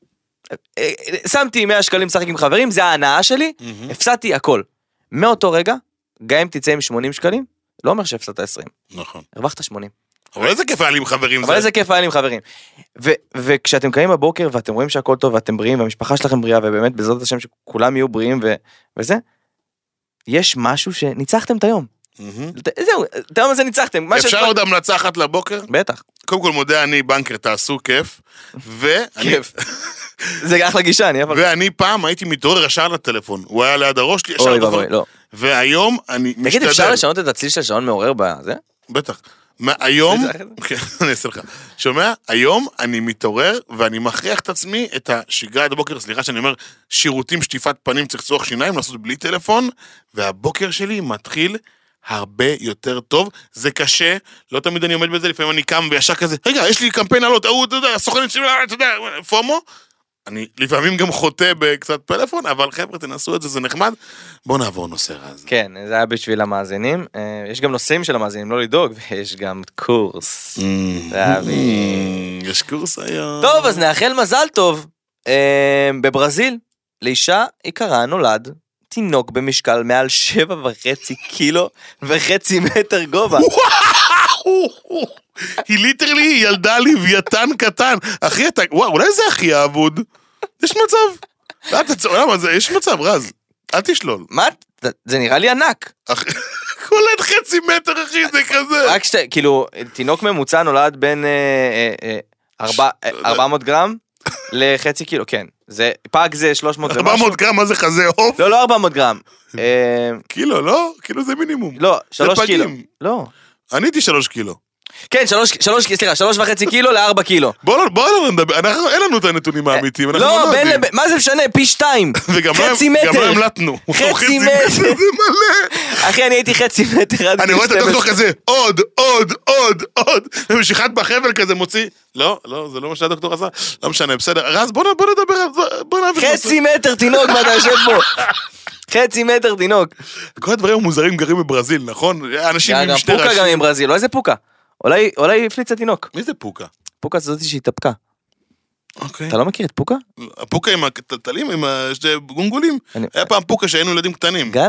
שמתי 100 שקלים לשחק עם חברים, זה ההנאה שלי, הפסדתי הכל. מאותו רגע, גם אם תצא עם 80 שקלים, לא אומר שהפסדת 20. נכון. הרווחת 80. אבל איזה כיף היה לי עם חברים. אבל איזה כיף היה לי עם חברים. וכשאתם קמים בבוקר ואתם רואים שהכל טוב ואתם בריאים והמשפחה שלכם בריאה ובאמת בעזרת השם שכולם יהיו בריאים וזה, יש משהו שניצחתם את היום. זהו, את היום הזה ניצחתם. אפשר עוד המלצה אחת לבוקר? בטח. קודם כל מודה אני בנקר, תעשו כיף. כיף. זה אחלה גישה, ואני פעם הייתי מתעורר ישר לטלפון. הוא היה ליד הראש שלי, אוי ואבוי, לא. והיום אני משתדל. תגיד, אפשר לשנות את הצליל של שעון מעורר בזה? בטח. היום, אני אעשה לך, שומע? היום אני מתעורר ואני מכריח את עצמי את השגרה עד הבוקר, סליחה שאני אומר, שירותים, שטיפת פנים, צחצוח שיניים, לעשות בלי טלפון, והבוקר שלי מתחיל הרבה יותר טוב, זה קשה, לא תמיד אני עומד בזה, לפעמים אני קם וישר כזה, רגע, יש לי קמפיין לעלות, אתה יודע, הסוכנת שלי, אתה יודע, פומו, אני לפעמים גם חוטא בקצת פלאפון, אבל חבר'ה, תנסו את זה, זה נחמד. בואו נעבור נושא רז. כן, זה היה בשביל המאזינים. יש גם נושאים של המאזינים, לא לדאוג, ויש גם קורס. יש קורס היום. טוב, אז נאחל מזל טוב. בברזיל, לאישה יקרה נולד תינוק במשקל מעל 7.5 קילו וחצי מטר גובה. היא ליטרלי ילדה לוויתן קטן. אחי, וואו, אולי זה הכי האבוד. יש מצב. למה זה? יש מצב, רז. אל תשלול. מה? זה נראה לי ענק. קולט חצי מטר, אחי, זה כזה. רק כאילו, תינוק ממוצע נולד בין 400 גרם לחצי קילו, כן. פג זה 300 ומשהו. 400 גרם, מה זה חזה עוף? לא 400 גרם. קילו, לא? קילו זה מינימום. לא, 3 קילו. לא. אני הייתי 3 קילו. כן, 3.5 קילו ל4 קילו. בוא לא נדבר, אין לנו את הנתונים האמיתיים. לא, מה זה משנה? פי 2. חצי מטר. גם לא המלטנו. חצי מטר. זה מלא. אחי, אני הייתי חצי מטר. אני רואה את הדוקטור כזה, עוד, ומשיכת בחבל כזה מוציא. לא, זה לא מה שהדוקטור עשה. לא משנה, בסדר. רז, בוא נדבר על זה. בוא נעביר. חצי מטר תינוק, מה אתה יושב פה? חצי מטר תינוק. כל הדברים המוזרים גרים בברזיל, נכון? אנשים עם שתי פוקה גם עם ברזיל, לא איזה פוקה. אולי הפליץ התינוק. מי זה פוקה? פוקה זאת שהתאפקה. אוקיי. אתה לא מכיר את פוקה? הפוקה עם הטלטלים, עם השתי גונגולים. היה פעם פוקה שהיינו ילדים קטנים. גל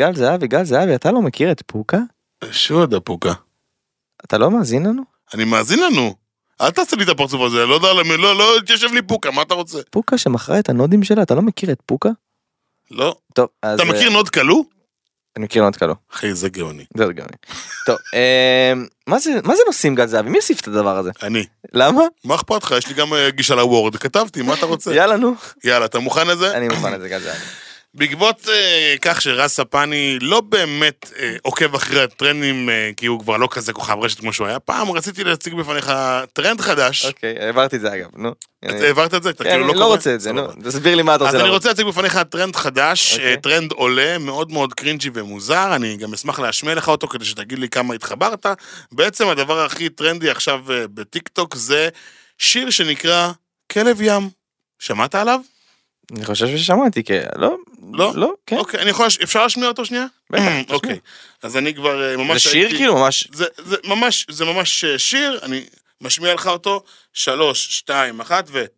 זהבי, אתה לא מכיר את פוקה? שוד הפוקה. אתה לא מאזין לנו? אני מאזין לנו. אל תעשה לי את הפרצוף הזה, לא תיישב לי פוקה, מה אתה רוצה? פוקה שמכרה את הנודים שלה, אתה לא מכיר את פוקה? לא. טוב, אז... אתה מכיר נוד קלו? אני מכיר נוד קלו. אחי, זה גאוני. זה גאוני. טוב, מה זה נושאים גל זהבי? מי הוסיף את הדבר הזה? אני. למה? מה אכפת לך? יש לי גם גישה לוורד, כתבתי, מה אתה רוצה? יאללה, נו. יאללה, אתה מוכן לזה? אני מוכן לזה, גל זהבי. בעקבות כך שרז ספני לא באמת עוקב אחרי הטרנדים, כי הוא כבר לא כזה כוכב רשת כמו שהוא היה פעם, רציתי להציג בפניך טרנד חדש. אוקיי, העברתי את זה אגב, נו. העברת את זה? אתה כאילו לא קורא? לא רוצה את זה, נו, תסביר לי מה אתה רוצה. אז אני רוצה להציג בפניך טרנד חדש, טרנד עולה, מאוד מאוד קרינג'י ומוזר, אני גם אשמח להשמיע לך אותו כדי שתגיד לי כמה התחברת. בעצם הדבר הכי טרנדי עכשיו בטיקטוק זה שיר שנקרא כלב ים. שמעת עליו? אני חושב ששמעתי, לא? לא? כן. אוקיי, אפשר להשמיע אותו שנייה? בטח, אוקיי, אז אני כבר ממש... זה שיר כאילו ממש? זה ממש שיר, אני משמיע לך אותו, 3, 2, 1 ו...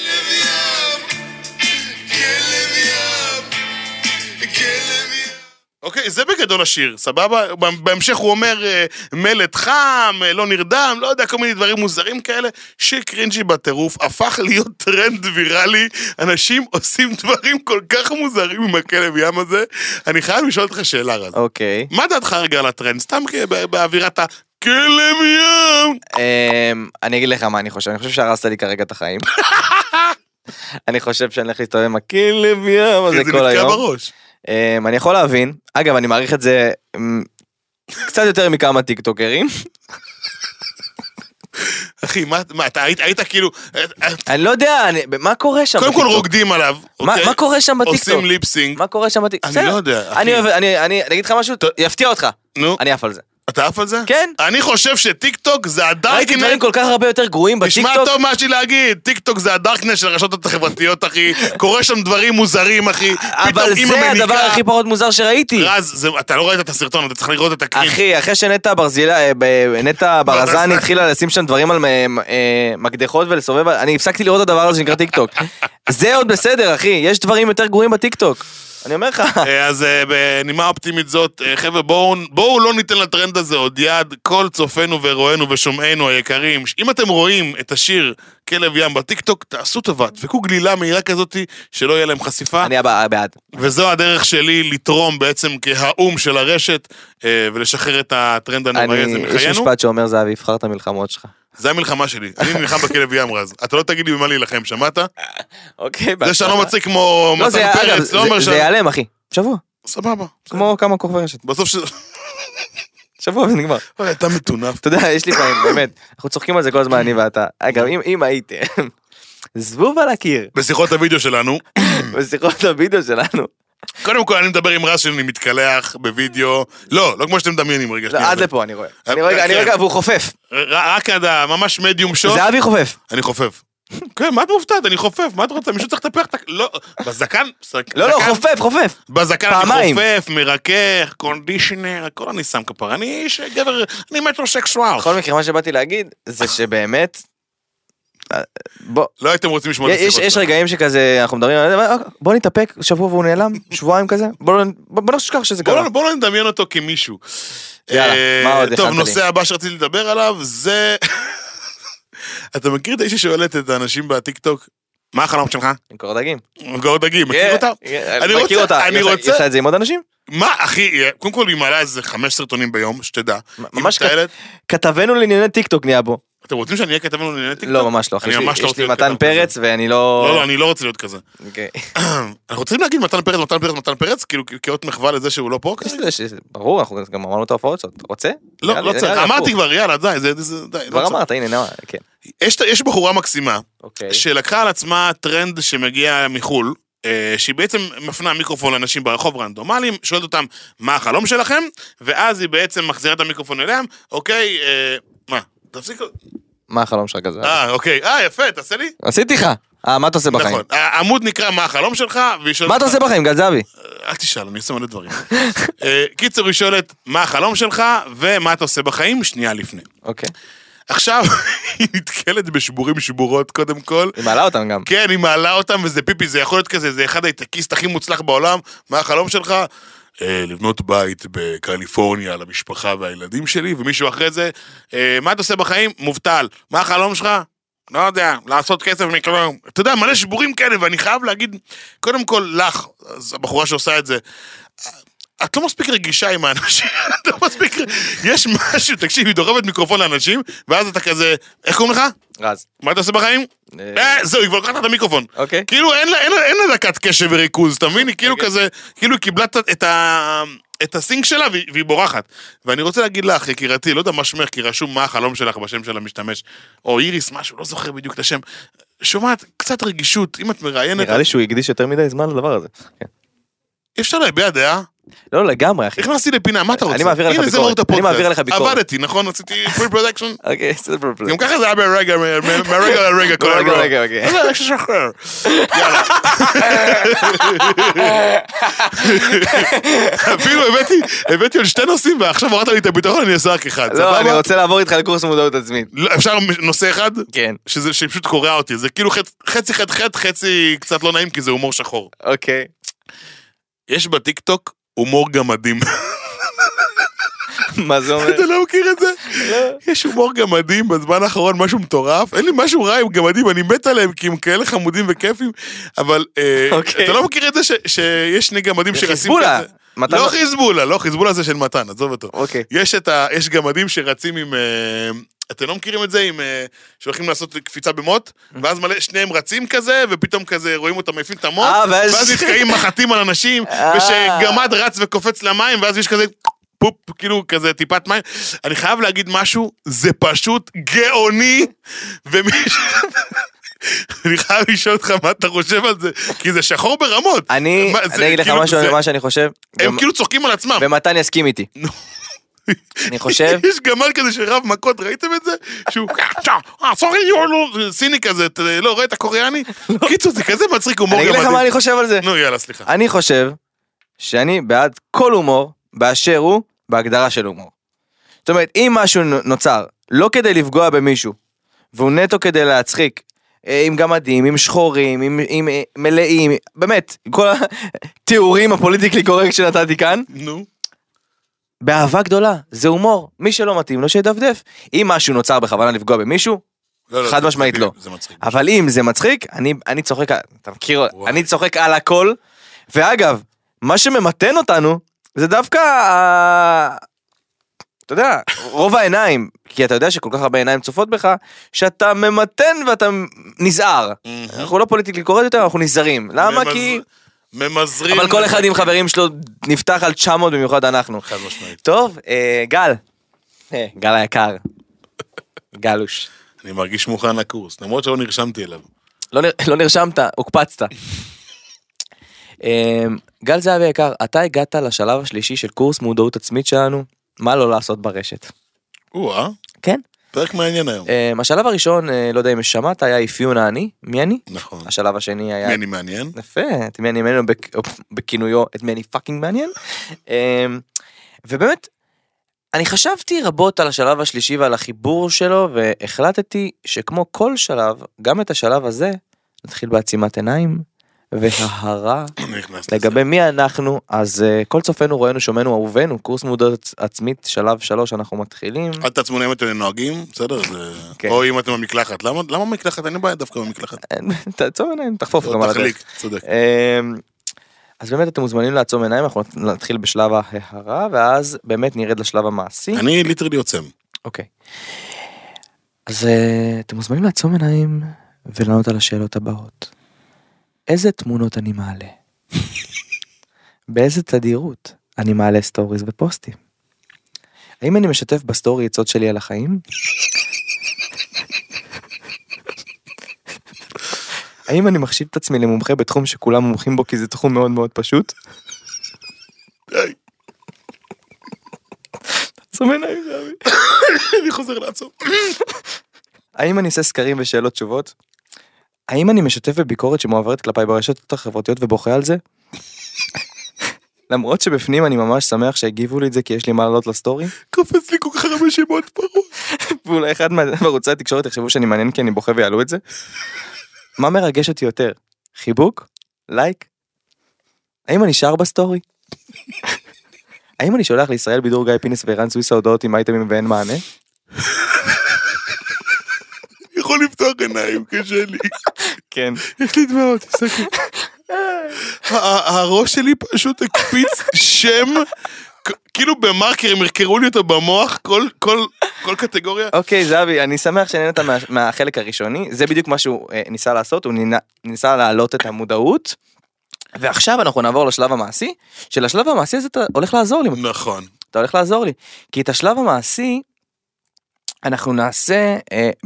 אוקיי, זה בגדול השיר, סבבה? בהמשך הוא אומר מלט חם, לא נרדם, לא יודע, כל מיני דברים מוזרים כאלה. שיר קרינג'י בטירוף, הפך להיות טרנד ויראלי, אנשים עושים דברים כל כך מוזרים עם הכלב ים הזה. אני חייב לשאול אותך שאלה רז. אוקיי. מה דעתך רגע על הטרנד? סתם באווירת כלב ים. אני אגיד לך מה אני חושב שהרסת לי כרגע את החיים. אני חושב שאני הולך להסתובב עם הכלב ים הזה כל היום. זה נתקע בראש. אני יכול להבין, אגב אני מעריך את זה קצת יותר מכמה טיקטוקרים. אחי, מה, אתה היית כאילו... אני לא יודע, מה קורה שם קודם בטיקטוק? כל רוקדים עליו. מה קורה שם בטיקטוק? עושים ליפסינג. מה קורה שם בטיקטוק? אני לא יודע, אחי. אני אגיד לך משהו, יפתיע אותך. נו. אני עף על זה. אתה עף על זה? כן. אני חושב שטיקטוק זה ראיתי הדארקנט. דברים כל כך הרבה יותר גרועים תשמע בטיקטוק. טוב מה יש לי להגיד, טיקטוק זה הדארקנט של הרשתות החברתיות, אחי. קורה שם דברים מוזרים, אחי. אבל זה הדבר הכי פחות מוזר שראיתי. רז, אתה לא ראית את הסרטון, אתה צריך לראות את הקרין. אחי, שנטע ברזני התחילה לשים שם דברים על מקדחות ולסובב, אני הפסקתי לראות את הדבר הזה שנקרא טיקטוק. זה עוד בסדר, אחי, יש דברים יותר גרועים בטיקטוק. אני אומר לך. אז בנימה אופטימית זאת, חבר'ה, בואו לא ניתן לטרנד הזה עוד יד, כל צופינו ורואינו ושומענו היקרים. אם אתם רואים את השיר כלב ים בטיקטוק, תעשו טובה, דפקו גלילה מהירה כזאת שלא יהיה להם חשיפה. אני בעד. וזו הדרך שלי לתרום בעצם כהאום של הרשת, ולשחרר את הטרנד הנוראי הזה מחיינו. יש משפט שאומר זהבי, יבחר את המלחמות שלך. זה המלחמה שלי, אני נלחם בכלב ים רז. אתה לא תגיד לי במה להילחם, שמעת? אוקיי. זה שאני לא מצחיק כמו מתן פרץ, לא אומר זה ייעלם, אחי. שבוע. סבבה. כמו כמה כוכבי רשת. בסוף שבוע וזה נגמר. אתה מטונף. אתה יודע, יש לי פעמים, באמת, אנחנו צוחקים על זה כל הזמן, אני ואתה. אגב, אם הייתם, זבוב על הקיר. בשיחות הוידאו שלנו. בשיחות הוידאו שלנו. קודם כל אני מדבר עם רז שאני מתקלח בווידאו. לא כמו שאתם מדמיינים רגע. עד לפה אני רואה. אני רואה, והוא חופף. רק עד ממש מדיום שוט. זה אבי חופף. אני חופף. כן, מה את מופתעת? אני חופף, מה את רוצה? מישהו צריך לטפח את... לא, בזקן... לא, חופף. בזקן אני חופף, מרכך, קונדישנר, הכל אני שם כפר. אני איש גבר, אני מטרוסקסואל. בכל מקרה, מה שבאתי להגיד, זה שבאמת... לא הייתם רוצים לשמוע את השיחות. יש רגעים שכזה, אנחנו מדברים, בוא נתאפק שבוע והוא נעלם, שבועיים כזה, בוא נשכח שזה קרה. בוא לא נדמיין אותו כמישהו. יאללה, מה עוד הכנת לי? טוב, נושא הבא שרציתי לדבר עליו, זה... אתה מכיר את האיש ששואלת את האנשים בטיקטוק, מה החלום שלך? למכור דגים. למכור דגים, מכיר אותה? מכיר אותה, היא עושה את זה עם עוד אנשים? מה, אחי, קודם כל היא מעלה איזה 5 סרטונים ביום, שתדע. ממש כתבנו לענייני טיקטוק נהיה בו. אתם רוצים שאני אהיה כתבנו לענייני טיקטוק? לא, ממש לא, אחי. יש לי מתן פרץ ואני לא... לא, אני לא רוצה להיות כזה. אנחנו רוצים להגיד מתן פרץ, כאילו כאות מחווה לזה שהוא לא פה? ברור, אנחנו גם אמרנו את ההופעות שלו. אתה רוצה? לא צריך, אמרתי כבר, יאללה, די. כבר אמרת, הנה, כן. יש בחורה מקסימה, שלקחה על עצמה טרנד שמגיע מחול, שהיא בעצם מפנה מיקרופון לאנשים ברחוב רנדומליים, שואלת אותם מה החלום שלכם, ואז היא בעצם מחזירה את המיקרופון אליהם, אוקיי, מה? תפסיק... מה החלום שלך כזה? אוקיי, יפה, תעשה לי? עשיתי לך. מה אתה עושה בחיים? נכון, העמוד נקרא מה החלום שלך, מה אתה עושה בחיים, גל זהבי? אל תשאל, אני עושה מלא דברים. קיצור, היא שואלת מה החלום שלך, ומה אתה עושה בחיים, שנייה לפני. אוקיי. עכשיו, היא נתקלת שבורות קודם כל. היא מעלה אותם גם. כן, היא מעלה אותם, וזה פיפי, זה יכול להיות כזה, זה אחד ההיטקיסט הכי מוצלח בעולם, מה החלום שלך? לבנות בית בקליפורניה למשפחה והילדים שלי, ומישהו אחרי זה, מה אתה עושה בחיים? מובטל. מה החלום שלך? לא יודע, לעשות כסף מכלום. אתה יודע, מלא שבורים כאלה, ואני חייב להגיד, קודם כל, לך, הבחורה שעושה את זה, את לא מספיק רגישה עם האנשים, את לא מספיק, יש משהו, תקשיב, היא דורבת מיקרופון לאנשים, ואז אתה כזה, איך קוראים לך? רז. מה אתה עושה בחיים? זהו, היא כבר לקחת את המיקרופון. אוקיי. כאילו אין לה דקת קשב וריכוז, אתה מבין? היא כאילו כזה, כאילו היא קיבלה את הסינק שלה והיא בורחת. ואני רוצה להגיד לך, יקירתי, לא יודע מה שמך, כי רשום מה החלום שלך בשם של המשתמש, או איריס, משהו, לא זוכר בדיוק את השם. שומעת, קצת רגישות, אם את מראיינת... נראה לי שהוא הקדיש יותר מדי זמן לדבר הזה. אפשר להביע דעה? לא, לגמרי, אחי. הכנסתי לפינה, מה אתה רוצה? אני מעביר לך ביקורת. אני מעביר לך ביקורת. עבדתי, נכון? עשיתי פול פרודקשן? אוקיי, עשיתי פול פרודקשן. גם ככה זה היה מהרגע לרגע כל הרגע. רגע, אוקיי. אז איך ששחרר. יאללה. אפילו הבאתי עוד 2 נושאים, ועכשיו הורדת לי את הביטחון, אני אעשה רק אחד. לא, אני רוצה לעבור איתך לקורס מודעות עצמית. אפשר נושא אחד? כן. שפשוט קורע אותי. זה כאילו חצי חצי קצת לא נעים, כי זה הומור שחור. אוקיי. יש בטיקטוק הומור גמדים. מה זה אומר? אתה לא מכיר את זה? יש הומור גמדים בזמן האחרון, משהו מטורף. אין לי משהו רע עם גמדים, אני מת עליהם, כי הם כאלה חמודים וכיפים, אבל אתה לא מכיר את זה שיש שני גמדים שרצים חיזבאללה. כזה? לא חיזבאללה, לא, חיזבאללה זה של מתן, עזוב אותו. אוקיי. יש גמדים שרצים עם... אתם לא מכירים את זה עם... שהולכים לעשות קפיצה במוט, ואז מלא שניהם רצים כזה, ופתאום כזה רואים אותם מעיפים את המוט, ואז נתקעים מחטים על אנשים, ושגמד רץ וקופץ למים, ואז יש כזה... פופ, כאילו כזה טיפת מים. אני חייב להגיד משהו, זה פשוט גאוני, אני חייב לשאול אותך מה אתה חושב על זה, כי זה שחור ברמות. אני אגיד לך משהו על מה שאני חושב. הם כאילו צוחקים על עצמם. ומתן יסכים איתי. אני חושב... יש גמל כזה שרב מכות, ראיתם את זה? שהוא... סורי, סיני כזה, לא, רואה את הקוריאני? קיצור, זה כזה מצחיק הומור גמדי. אני אגיד לך מה אני חושב על זה. נו, יאללה, סליחה. אני חושב שאני בעד כל הומור, באשר הוא, בהגדרה של הומור. זאת אומרת, אם משהו נוצר, לא כדי לפגוע במישהו, והוא נטו כדי להצחיק, עם גמדים, עם שחורים, עם מלאים, באמת, עם כל התיאורים הפוליטיקלי קורקט שנתתי כאן, נו. באהבה גדולה, זה הומור, מי שלא מתאים לו שידפדף. אם משהו נוצר בכוונה לפגוע במישהו, חד משמעית לא. אבל אם זה מצחיק, אני צוחק, אתה מכיר, אני צוחק על הכל, ואגב, מה שממתן אותנו, זה דווקא, אתה יודע, רוב העיניים, כי אתה יודע שכל כך הרבה עיניים צופות בך, שאתה ממתן ואתה נזהר. אנחנו לא פוליטיקלי קורקט יותר, אנחנו נזהרים. למה? כי... ממזרים. אבל כל אחד עם חברים שלו נפתח על 900, במיוחד אנחנו. חד משמעית. טוב, גל. גל היקר. גלוש. אני מרגיש מוכן לקורס, למרות שלא נרשמתי אליו. לא נרשמת, הוקפצת. גל זהבי יקר, אתה הגעת לשלב השלישי של קורס מודעות עצמית שלנו, מה לא לעשות ברשת? כן. פרק מעניין היום. השלב הראשון, לא יודע אם שמעת, היה אפיון העני, מי אני? נכון. השלב השני היה... מי אני מעניין? יפה, את מי אני מעניין, בכינויו, את מי אני פאקינג מעניין. ובאמת, אני חשבתי רבות על השלב השלישי ועל החיבור שלו, והחלטתי שכמו כל שלב, גם את השלב הזה, נתחיל בעצימת עיניים, וההרה לגבי מי אנחנו, אז כל צופנו, רואינו, שומענו, אהובנו, קורס מודעות עצמית, שלב 3, אנחנו מתחילים. אל תעצמו אם אתם נוהגים, בסדר? או אם אתם במקלחת. למה במקלחת? אין לי בעיה דווקא במקלחת. תעצום עיניים, תחפוף גם על הדרך. צודק. אז באמת אתם מוזמנים לעצום עיניים, אנחנו נתחיל בשלב ההרה, ואז באמת נרד לשלב המעשי. אני ליטרלי עוצם. אוקיי. אז אתם מוזמנים לעצום עיניים ולענות על השאלות הבאות. איזה תמונות אני מעלה? באיזה תדירות אני מעלה סטוריז ופוסטים? האם אני משתף בסטורי עצות שלי על החיים? האם אני מחשיב את עצמי למומחה בתחום שכולם מומחים בו כי זה תחום מאוד מאוד פשוט? די. תעצום עיניים, זהבי. אני חוזר לעצום. האם אני עושה סקרים ושאלות תשובות? האם אני משתף בביקורת שמועברת כלפיי ברשתות החברתיות ובוכה על זה? למרות שבפנים אני ממש שמח שהגיבו לי את זה כי יש לי מה לעלות לסטורי. קופץ לי כל כך הרבה שמות בראש. ואולי אחד מערוצי התקשורת יחשבו שאני מעניין כי אני בוכה ויעלו את זה. מה מרגש אותי יותר? חיבוק? לייק? האם אני שר בסטורי? האם אני שולח לישראל בידור גיא פינס ואירן סוויסה הודעות עם אייטמים ואין מענה? יכול לפתוח עיניים, קשה לי. כן. יש לי דמעות, תסתכל. הראש שלי פשוט הקפיץ שם, כאילו במרקר, הם ירקרו לי אותו במוח, כל קטגוריה. אוקיי, זהבי, אני שמח שנהנת מהחלק הראשוני, זה בדיוק מה שהוא ניסה לעשות, הוא ניסה להעלות את המודעות, ועכשיו אנחנו נעבור לשלב המעשי, שלשלב המעשי הזה אתה הולך לעזור לי. נכון. אתה הולך לעזור לי, כי את השלב המעשי, אנחנו נעשה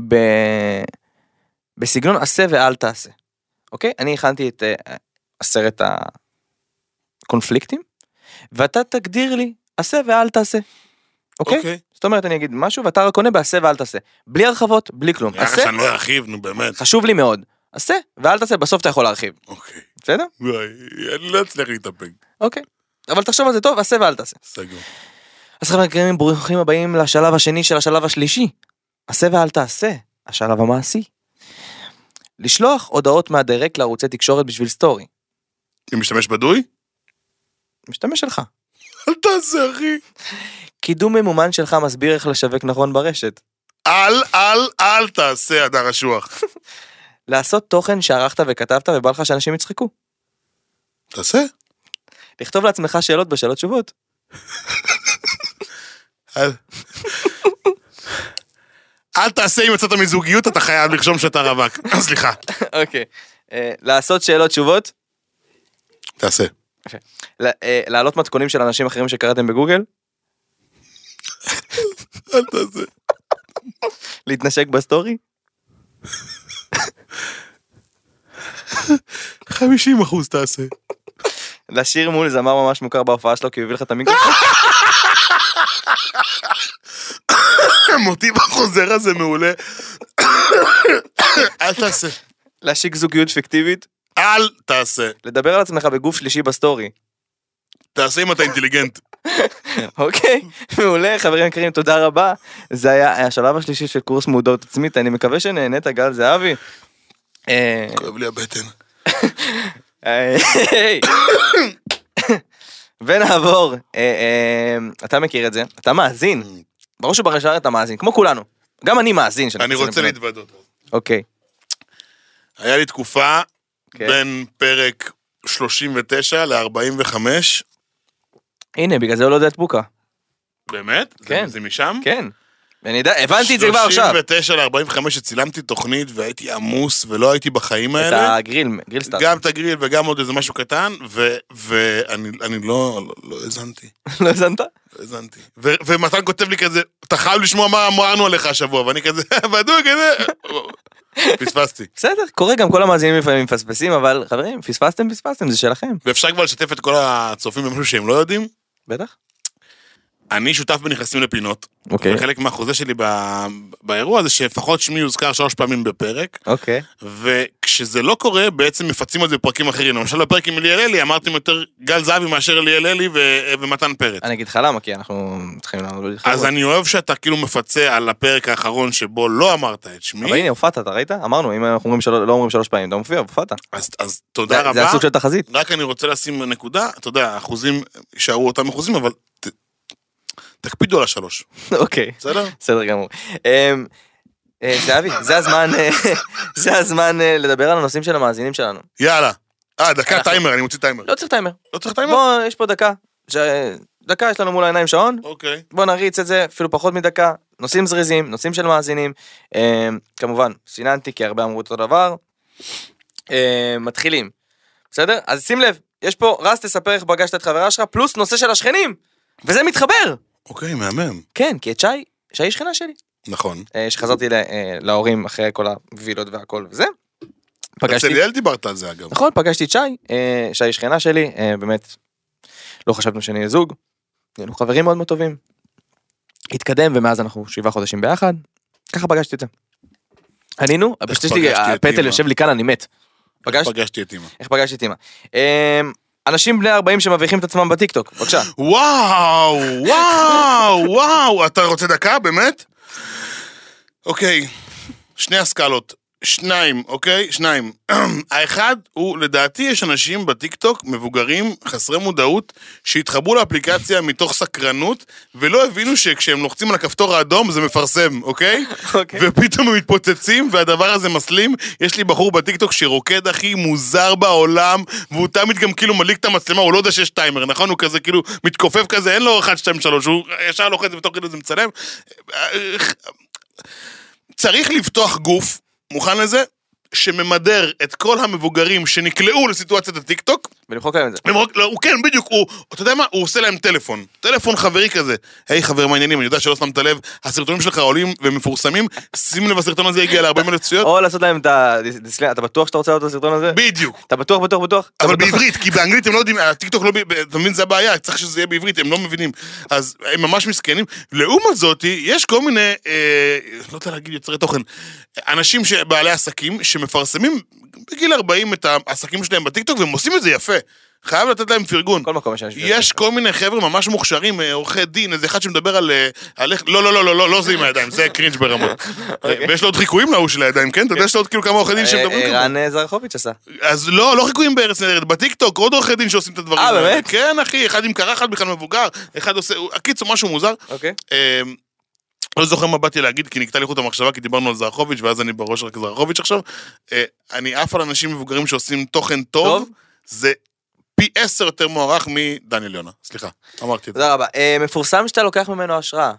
בסגנון עשה ואל תעשה. אוקיי? אני הכנתי את 10 הקונפליקטים, ואתה תגדיר לי עשה ואל תעשה. אוקיי? זאת אומרת, אני אגיד משהו, ואתה רק עונה בעשה ואל תעשה. בלי הרחבות, בלי כלום. יחד שאני לא ארחיב, נו באמת. חשוב לי מאוד. עשה ואל תעשה, בסוף אתה יכול להרחיב. אוקיי. בסדר? אני לא אצליח להתאפק. אוקיי. אבל תחשוב על זה טוב, עשה ואל תעשה. סגור. אז חבר'ה יקרים, ברוכים הבאים לשלב השני של השלב השלישי. עשה ואל תעשה, השלב המעשי. לשלוח הודעות מהדירקט לערוצי תקשורת בשביל סטורי. אני משתמש בדוי? משתמש שלך. אל תעשה, אחי? קידום ממומן שלך מסביר איך לשווק נכון ברשת. אל תעשה, הדר אשוח. לעשות תוכן שערכת וכתבת ובא לך שאנשים יצחקו. תעשה. לכתוב לעצמך שאלות בשאלות תשובות. אל תעשה אם יצאת מזוגיות, אתה חייב לרשום שאתה רווק. סליחה. אוקיי. לעשות שאלות תשובות. תעשה. להעלות מתכונים של אנשים אחרים שקראתם בגוגל. אל תעשה. להתנשק בסטורי. 50% תעשה. לשיר מול זמר ממש מוכר בהופעה שלו כי הוא הביא לך את המיקרופון. מוטיב החוזר הזה מעולה. אל תעשה. להשיק זוגיות פיקטיבית. אל תעשה. לדבר על עצמך בגוף שלישי בסטורי. תעשה אם אתה אינטליגנט. אוקיי, מעולה, חברים יקרים, תודה רבה. זה היה השלב השלישי של קורס מודעות עצמית, אני מקווה שנהנית, גל זהבי. כואב לי הבטן. ונעבור, אתה מכיר את זה, אתה מאזין, בראש ובראשונה אתה מאזין, כמו כולנו, גם אני מאזין. אני רוצה להתוודות. אוקיי. היה לי תקופה בין פרק 39 ל-45. הנה, בגלל זה הוא לא יודע את בוקה. באמת? כן. זה משם? כן. הבנתי את זה כבר עכשיו. 39 ל-45 שצילמתי תוכנית והייתי עמוס ולא הייתי בחיים האלה. את הגריל סטאר. גם את הגריל וגם עוד איזה משהו קטן, ואני לא הזנתי. לא הזנת? לא הזנתי. ומתן כותב לי כזה, אתה חייב לשמוע מה אמרנו עליך השבוע, ואני כזה, בדוק כזה. פספסתי. בסדר, קורה גם כל המאזינים לפעמים מפספסים, אבל חברים, פספסתם, זה שלכם. ואפשר כבר לשתף את כל הצופים במשהו שהם לא יודעים? בטח. אני שותף בנכנסים לפינות. אוקיי. וחלק מהחוזה שלי באירוע זה שלפחות שמי יוזכר 3 פעמים בפרק. אוקיי. וכשזה לא קורה, בעצם מפצים על זה בפרקים אחרים. למשל בפרק עם אליאל אלי, אמרתם יותר גל זהבי מאשר אליאל אלי ומתן פרץ. אני אגיד לך למה, כי אנחנו צריכים לענות. אז אני אוהב שאתה כאילו מפצה על הפרק האחרון שבו לא אמרת את שמי. אבל הנה, הופעת, אתה ראית? אמרנו, אם אנחנו לא אומרים 3 פעמים, אתה מופיע, הופעת. אז תודה רבה. זה הסוג של תחזית. רק אני רוצה לשים נקודה, אתה יודע, האחוזים יישארו אותם אחוזים, אבל תקפידו על 3. אוקיי. בסדר? בסדר גמור. זהבי, זה הזמן לדבר על הנושאים של המאזינים שלנו. יאללה. דקה טיימר, אני מוציא טיימר. לא צריך טיימר. לא צריך טיימר? בוא, יש פה דקה. דקה יש לנו מול העיניים שעון. אוקיי. בוא נריץ את זה, אפילו פחות מדקה. נושאים זריזים, נושאים של מאזינים. כמובן, סיננתי, כי הרבה אמרו אותו דבר. מתחילים. בסדר? אז שים לב, יש פה, רז תספר איך פגשת את חברה שלך, פלוס נושא של השכנים. וזה מתחבר. אוקיי, מהמם. כן, כי את שי היא שכנה שלי. נכון. שחזרתי להורים אחרי כל הווילות והכל וזה. אצל ליאל דיברת על זה אגב. נכון, פגשתי את שי היא שכנה שלי, באמת, לא חשבנו שנהיה זוג, היינו חברים מאוד מאוד טובים. התקדם ומאז אנחנו 7 חודשים ביחד, ככה פגשתי את זה. עלינו, פשוט הפטל יושב לי כאן, אני מת. פגשתי את אמא. איך פגשתי את אמא? אנשים בני 40 שמביכים את עצמם בטיקטוק, בבקשה. וואו, אתה רוצה דקה, באמת? אוקיי, 2 הסקלות, 2, אוקיי? 2. האחד הוא, לדעתי יש אנשים בטיקטוק, מבוגרים, חסרי מודעות, שהתחברו לאפליקציה מתוך סקרנות, ולא הבינו שכשהם לוחצים על הכפתור האדום זה מפרסם, אוקיי? ופתאום הם מתפוצצים, והדבר הזה מסלים. יש לי בחור בטיקטוק שרוקד הכי מוזר בעולם, והוא תמיד גם כאילו מליק את המצלמה, הוא לא יודע שיש טיימר, נכון? הוא כזה כאילו מתכופף כזה, אין לו 1, 2, 3, הוא ישר לוחץ ותוך כדי זה מצלם. צריך לפתוח גוף, מוכן לזה, שממדר את כל המבוגרים שנקלעו לסיטואציית הטיקטוק. ולמחוק להם את זה. הוא כן, בדיוק, אתה יודע מה? הוא עושה להם טלפון חברי כזה. היי חבר, מה העניינים? אני יודע שלא שמת לב, הסרטונים שלך עולים ומפורסמים, שים לב, הסרטון הזה הגיע ל40,000 צפיות. או לעשות להם את אתה בטוח שאתה רוצה לראות את הסרטון הזה? בדיוק. אתה בטוח? אבל בעברית, כי באנגלית הם לא יודעים, הטיקטוק לא, אתה מבין, זה הבעיה, צריך שזה יהיה בעברית, הם לא מבינים. אז הם ממש מסכנים. לעומת זאת, יש כל מיני, לא יודע להגיד יוצרי תוכן, אנשים בעלי עסקים שמפרסמים בגיל 40 את העסקים שלהם בטיקטוק, והם עושים את זה יפה. חייב לתת להם פרגון. כל מקום יש כל מיני חבר'ה ממש מוכשרים, עורכי דין, איזה אחד שמדבר על... לא זה עם הידיים, זה קרינג' ברמות. ויש לו עוד חיקויים להוא של הידיים, כן? אתה יודע שיש לו עוד כאילו כמה עורכי דין שמדברים כמה. רן זרחוביץ' עשה. אז לא חיקויים בארץ נהדרת, בטיקטוק, עוד עורכי דין שעושים את הדברים. באמת? כן, אחי, אחד עם קרחת בכלל מבוגר, אחד עושה... הקיצור, משהו מוזר. אוקיי. לא זוכר מה באתי להגיד, כי נקטע לי חוט המחשבה, כי דיברנו על זרחוביץ', ואז אני בראש רק זרחוביץ' עכשיו. אני עף על אנשים מבוגרים שעושים תוכן טוב, זה פי 10 יותר מוערך מדניאל יונה. סליחה, אמרתי את זה. תודה רבה. מפורסם שאתה לוקח ממנו השראה.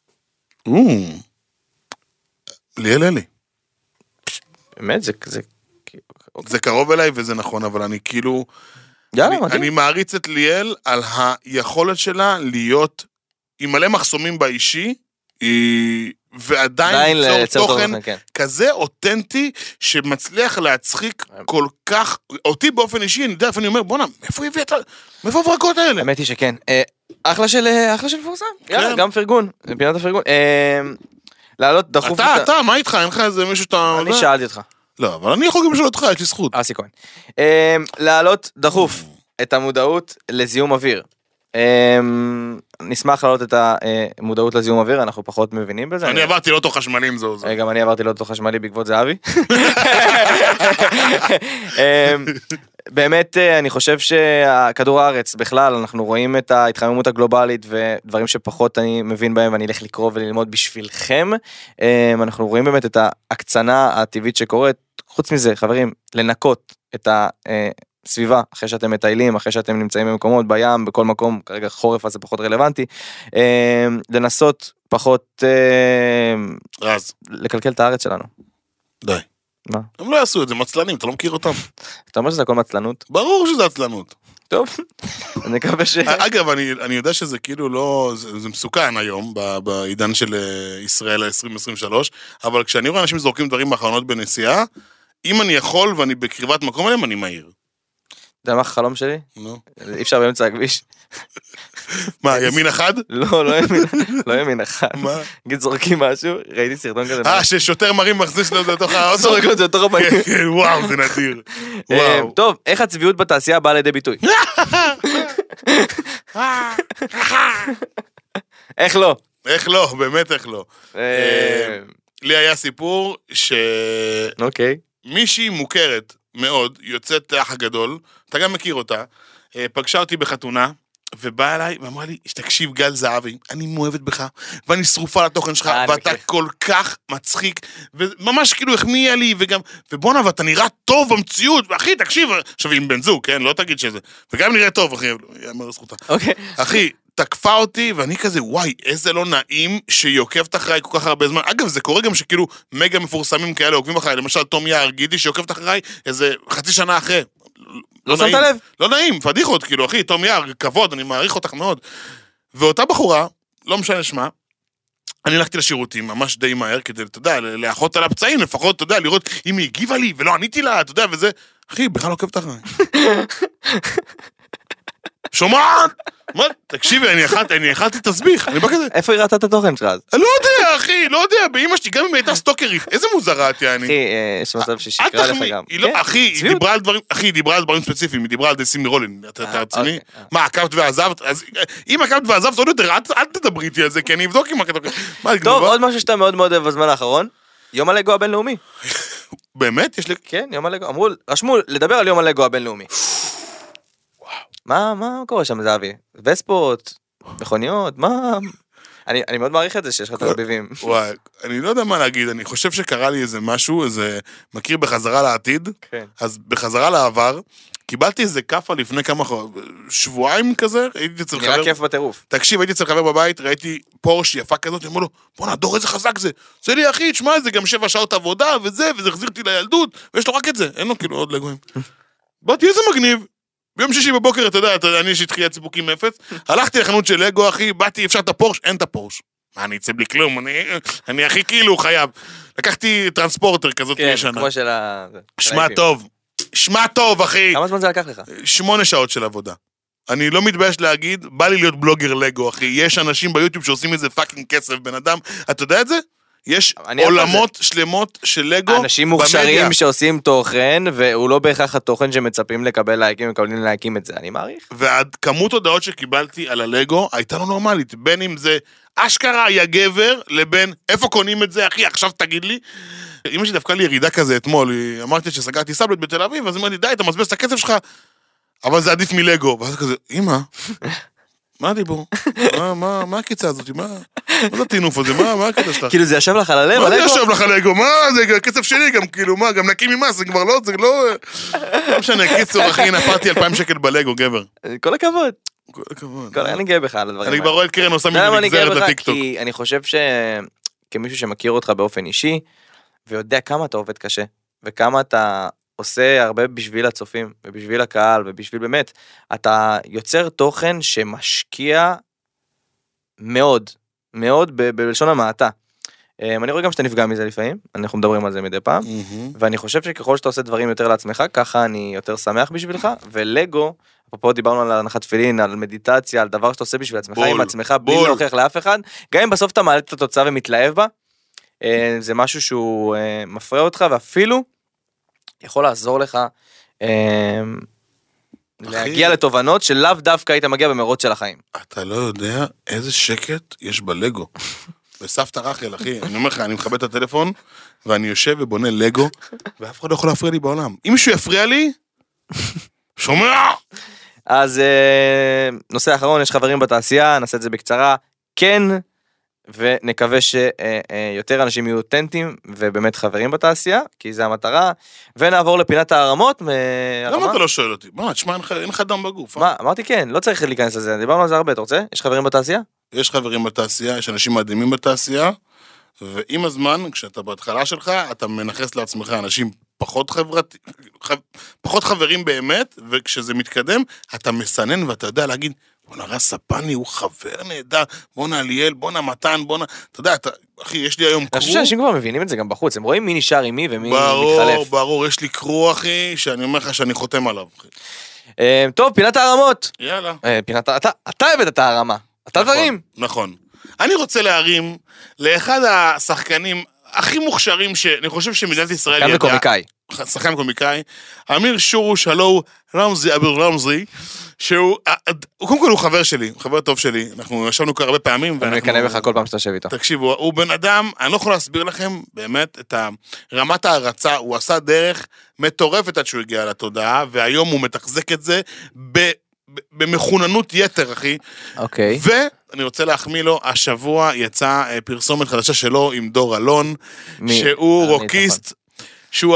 ליאל אלי. באמת, זה קרוב אליי וזה נכון, אבל אני כאילו... אני מעריץ את ליאל על היכולת שלה להיות עם מלא מחסומים באישי, ועדיין ליצור תוכן כזה אותנטי, שמצליח להצחיק כל כך, אותי באופן אישי, אני יודע איפה אני אומר, בוא'נה, מאיפה הביא את ה... מאיפה הברקות האלה? האמת היא שכן. אחלה של פורסם. יאללה, גם פרגון. פינת הפרגון. לעלות דחוף... אתה, מה איתך? אין לך איזה מישהו שאתה... אני שאלתי אותך. לא, אבל אני יכול גם לשאול אותך, יש לי זכות. אסי כהן. לעלות דחוף את המודעות לזיהום אוויר. נשמח להעלות את המודעות לזיהום אוויר, אנחנו פחות מבינים בזה. אני עברתי לאוטו חשמלי עם זה. גם אני עברתי לאוטו חשמלי בעקבות זהבי. באמת, אני חושב שהכדור הארץ בכלל, אנחנו רואים את ההתחממות הגלובלית ודברים שפחות אני מבין בהם, ואני אלך לקרוא וללמוד בשבילכם. אנחנו רואים באמת את ההקצנה הטבעית שקורית. חוץ מזה, חברים, לנקות את סביבה, אחרי שאתם מטיילים, אחרי שאתם נמצאים במקומות, בים, בכל מקום, כרגע חורף, אז זה פחות רלוונטי, לנסות פחות לקלקל את הארץ שלנו. די. מה? הם לא יעשו את זה, מצלנים, אתה לא מכיר אותם. אתה אומר שזה הכל מצלנות? ברור שזה עצלנות. טוב, אני מקווה ש... אגב, אני יודע שזה כאילו לא, זה מסוכן היום, בעידן של ישראל ה-2023, אבל כשאני רואה אנשים זורקים דברים מאחרונות בנסיעה, אם אני יכול ואני בקרבת מקום אליהם, אני מהיר. אתה יודע מה החלום שלי? נו. אי אפשר באמצע הכביש. מה, ימין אחד? לא ימין אחד. מה? נגיד זורקים משהו, ראיתי סרטון כזה. ששוטר מרים מחזיר שלו לתוך האוטו? זורק לו את זה לתוך הבאים. כן, וואו, זה נדיר. וואו. טוב, איך הצביעות בתעשייה באה לידי ביטוי? איך לא? איך לא, באמת איך לא. לי היה סיפור אוקיי. מישהי מוכרת מאוד, יוצאת האח הגדול, אתה גם מכיר אותה, פגשה אותי בחתונה, ובאה אליי ואמרה לי, תקשיב גל זהבי, אני מאוהבת בך, ואני שרופה לתוכן שלך, ואתה כל כך מצחיק, וממש כאילו החמיאה לי, ובונה, ואתה נראה טוב במציאות, ואחי, תקשיב, עכשיו עם בן זוג, כן, לא תגיד שזה, וגם נראה טוב, אחי, יאמר זכותה. אחי, תקפה אותי, ואני כזה, וואי, איזה לא נעים שהיא עוקבת אחריי כל כך הרבה זמן. אגב, זה קורה גם שכאילו מגה מפורסמים כאלה עוקבים אחריי, למשל תום יער גידי שעוקבת אחריי איזה חצי שנה אחרי. לא שמת לב? לא נעים, פדיחות, כאילו, אחי, תום יער, כבוד, אני מעריך אותך מאוד. ואותה בחורה, לא משנה שמה, אני הלכתי לשירותים, ממש די מהר, כדי, אתה יודע, לאחות על הפצעים, לפחות, אתה יודע, לראות אם היא הגיבה לי, ולא עניתי לה, אתה יודע, וזה, אחי, בכלל לא עוקבת אחריי. שומעת? מה? תקשיבי, אני אכלתי תסביך, אני בא כזה. איפה הראתה את התוכן שלך אז? לא יודע, אחי, לא יודע, באמא שלי, גם אם הייתה סטוקרית, איזה מוזרה את יעני. אחי, יש מצב ששקרה לך גם. אחי, היא דיברה על דברים ספציפיים, היא דיברה על דסים מרולין, אתה רציני? מה, עקבת ועזבת? אם עקבת ועזבת עוד יותר, אל תדברי איתי על זה, כי אני אבדוק עם הקטע. טוב, עוד משהו שאתה מאוד מאוד אוהב בזמן האחרון, יום הלגו הבינלאומי. באמת? יש לי... כן, יום הלגו, רשמו לדבר על יום הלגו הבינלאומי. מה קורה שם זהבי? וספות, מכוניות, מה? אני מאוד מעריך את זה שיש לך את הרביבים. וואי, אני לא יודע מה להגיד, אני חושב שקרה לי איזה משהו, איזה מכיר בחזרה לעתיד, אז בחזרה לעבר, קיבלתי איזה קפה לפני כמה שבועיים כזה, הייתי אצל חבר... נראה כיף בטירוף. תקשיב, הייתי אצל חבר בבית, ראיתי פורש יפה כזאת, אמרו לו, בוא נדור איזה חזק זה, זה לי אחי, תשמע, זה גם 7 שעות עבודה וזה, וזה החזיר אותי לילדות, ויש לו רק את זה, אין לו כאילו עוד לגויים. באתי איזה מגניב. ביום שישי בבוקר, אתה יודע, אני שהתחיל ציפוקים אפס, הלכתי לחנות של לגו, אחי, באתי, אפשר את הפורש, אין את הפורש. מה, אני אצא בלי כלום, אני הכי כאילו חייב. לקחתי טרנספורטר כזאת משנה. כן, כמו של ה... שמע טוב, אחי. כמה זמן זה לקח לך? 8 שעות של עבודה. אני לא מתבייש להגיד, בא לי להיות בלוגר לגו, אחי. יש אנשים ביוטיוב שעושים איזה פאקינג כסף, בן אדם. אתה יודע את זה? יש אני אף על עולמות שלמות של לגו אנשים מוכשרים שעושים תוכן, והוא לא בהכרח התוכן שמצפים לקבל לייקים, מקבלים לייקים את זה, אני מעריך. וכמות הודעות שקיבלתי על הלגו הייתה לא נורמלית, בין אם זה אשכרה היה גבר, לבין איפה קונים את זה, אחי, עכשיו תגיד לי. אמא שלי דווקא לי ירידה כזה אתמול, אמרתי שסגרתי סבלט בתל אביב, אז אמרתי, די, אתה מבזבז את הכסף שלך, אבל זה עדיף מלגו. ואז כזה, אמא, מה הדיבור? מה הקיצה הזאת? מה זה הטינוף הזה? מה הקטע שלך? כאילו זה ישב לך על הלב? מה זה ישב לך לגו? מה זה כסף שלי גם, כאילו, מה, גם נקים ממס, זה כבר לא, זה לא משנה, קיצור, אחי, נפרתי 2,000 שקל בלגו, גבר. כל הכבוד. כל הכבוד. אני גאה בך על הדברים. אני כבר רואה את קרן עושה מזה נגזרת לטיקטוק. כי אני חושב שכמישהו שמכיר אותך באופן אישי, ויודע כמה אתה עובד קשה, וכמה אתה עושה הרבה בשביל הצופים, ובשביל הקהל, ובשביל באמת, אתה יוצר תוכן שמשקיע מאוד, מאוד בלשון המעטה. אני רואה גם שאתה נפגע מזה לפעמים, אנחנו מדברים על זה מדי פעם, ואני חושב שככל שאתה עושה דברים יותר לעצמך, ככה אני יותר שמח בשבילך, ולגו, פה דיברנו על הנחת תפילין, על מדיטציה, על דבר שאתה עושה בשביל עצמך, עם עצמך, בלי להוכיח לאף אחד, גם אם בסוף אתה מעלה את התוצאה ומתלהב בה, זה משהו שהוא מפריע אותך, ואפילו יכול לעזור לך להגיע לתובנות שלאו דווקא היית מגיע במרוץ של החיים. אתה לא יודע איזה שקט יש בלגו. וסבתא רחל, אחי, אני אומר לך, אני מכבד את הטלפון, ואני יושב ובונה לגו, ואף אחד לא יכול להפריע לי בעולם. אם מישהו יפריע לי, שומע! אז נושא אחרון, יש חברים בתעשייה, נעשה את זה בקצרה, כן, ונקווה שיותר אנשים יהיו אותנטיים, ובאמת חברים בתעשייה, כי זה המטרה, ונעבור לפינת הערמות. למה אתה לא שואל אותי? מה, תשמע, אין לך דם בגוף. מה, אמרתי כן, לא צריך להיכנס לזה, דיברנו על זה הרבה, אתה רוצה? יש חברים בתעשייה? יש חברים בתעשייה, יש אנשים מדהימים בתעשייה, ועם הזמן, כשאתה בהתחלה שלך, אתה מנחס לעצמך אנשים פחות חברים באמת, וכשזה מתקדם, אתה מסנן ואתה יודע להגיד, בונה רס ספני, הוא חבר נהדר, בונה ליאל, בונה מתן, בונה, אתה יודע, אחי, יש לי היום קרו. אני חושב שאנשים כבר מבינים את זה גם בחוץ, הם רואים מי נשאר עם מי ומי ברור, מתחלף. ברור, יש לי קרו, אחי, שאני אומר לך שאני חותם עליו, אחי. טוב, פינת הערמות. יאללה. אתה הבאת את הערמה, אתה דברים. נכון. אני רוצה להרים לאחד השחקנים הכי מוכשרים שאני חושב שמדינת ישראל ידעה. שחקן וקומיקאי. שחקן וקומיקאי. אמיר שורוש, הלו, רמזי, אביר רמזי, שהוא, קודם כל הוא חבר שלי, הוא חבר טוב שלי, אנחנו ישבנו כבר הרבה פעמים. אני מקנא בך כל פעם שאתה יושב איתו. תקשיבו, הוא בן אדם, אני לא יכול להסביר לכם באמת את רמת ההרצה, הוא עשה דרך מטורפת עד שהוא הגיע לתודעה, והיום הוא מתחזק את זה במכוננות יתר, אחי. אוקיי. ואני רוצה להחמיא לו, השבוע יצא פרסומת חדשה שלו עם דור אלון, שהוא רוקיסט, שהוא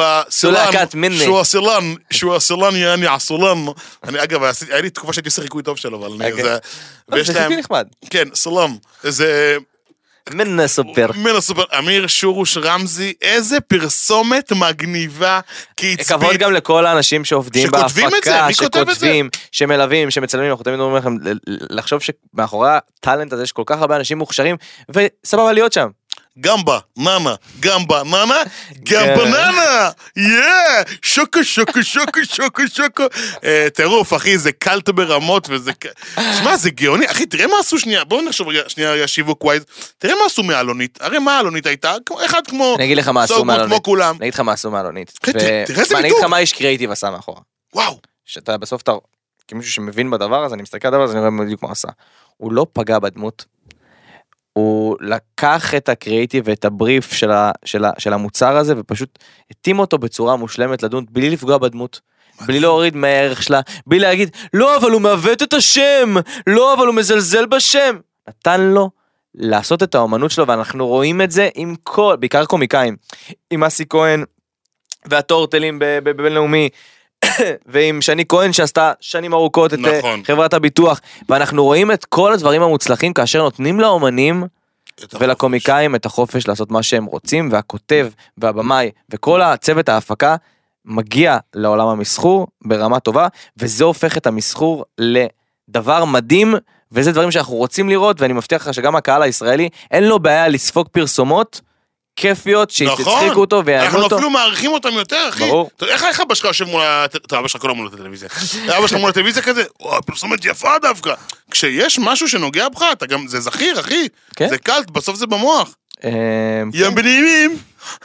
הסילן, יעני הסולן. אני אגב, היה לי תקופה שהייתי עושה חיקוי טוב שלו, אבל אני... זה חיקוי נחמד. כן, סלאם. זה... מן סופר. אמיר שורוש רמזי, איזה פרסומת מגניבה, קצבית. כבוד גם לכל האנשים שעובדים בהפקה, שכותבים, שמלווים, שמצלמים, אנחנו תמיד אומרים לכם, לחשוב שמאחורי הטלנט הזה יש כל כך הרבה אנשים מוכשרים, וסבבה להיות שם. גמבה, ננה, גמבה, ננה, גמבה, ננה, שוקו, שוקו, שוקו, שוקו, שוקו. טירוף, אחי, זה קלט ברמות, וזה... שמע, זה גאוני. אחי, תראה מה עשו שנייה, בואו נחשוב שנייה שיווק ווייז, תראה מה עשו מאלונית, הרי מה אלונית הייתה? אחד כמו... אני אגיד לך מה עשו מאלונית. כמו כולם. אני אגיד לך מה עשו מאלונית. תראה איזה מיתוג. אני אגיד לך מה איש קריאיטיב עשה מאחורה. וואו. שאתה בסוף אתה, כמישהו שמבין בדבר הזה, אני מסתכל על הדבר הזה, אני רואה בדיוק מה עשה. הוא לא פגע בדמות. הוא לקח את הקריאיטיב ואת הבריף של המוצר הזה, ופשוט התאים אותו בצורה מושלמת לדון, בלי לפגוע בדמות, בלי להוריד מהערך שלה, בלי להגיד, לא, אבל הוא מעוות את השם, לא, אבל הוא מזלזל בשם. נתן לו לעשות את האומנות שלו, ואנחנו רואים את זה עם כל, בעיקר קומיקאים, עם אסי כהן, והטורטלים בבינלאומי, ועם שני כהן שעשתה שנים ארוכות את חברת הביטוח, ואנחנו רואים את כל הדברים המוצלחים כאשר נותנים לאומנים ולקומיקאים את החופש לעשות מה שהם רוצים, והכותב והבמאי וכל הצוות ההפקה מגיע לעולם המסחור ברמה טובה, וזה הופך את המסחור לדבר מדהים, וזה דברים שאנחנו רוצים לראות, ואני מבטיח לך שגם הקהל הישראלי אין לו בעיה לספוג פרסומות כיפיות שיצחיקו אותו ויענו אותו. אנחנו אפילו מעריכים אותם יותר, אחי. ברור. איך אבא שלך יושב מול... אבא שלך כל מול הטלוויזיה. אבא שלך מול הטלוויזיה כזה, פרסומת יפה דווקא. כשיש משהו שנוגע בך, אתה גם... זה זכיר, אחי. זה קלט, בסוף זה במוח. ים בנעימים.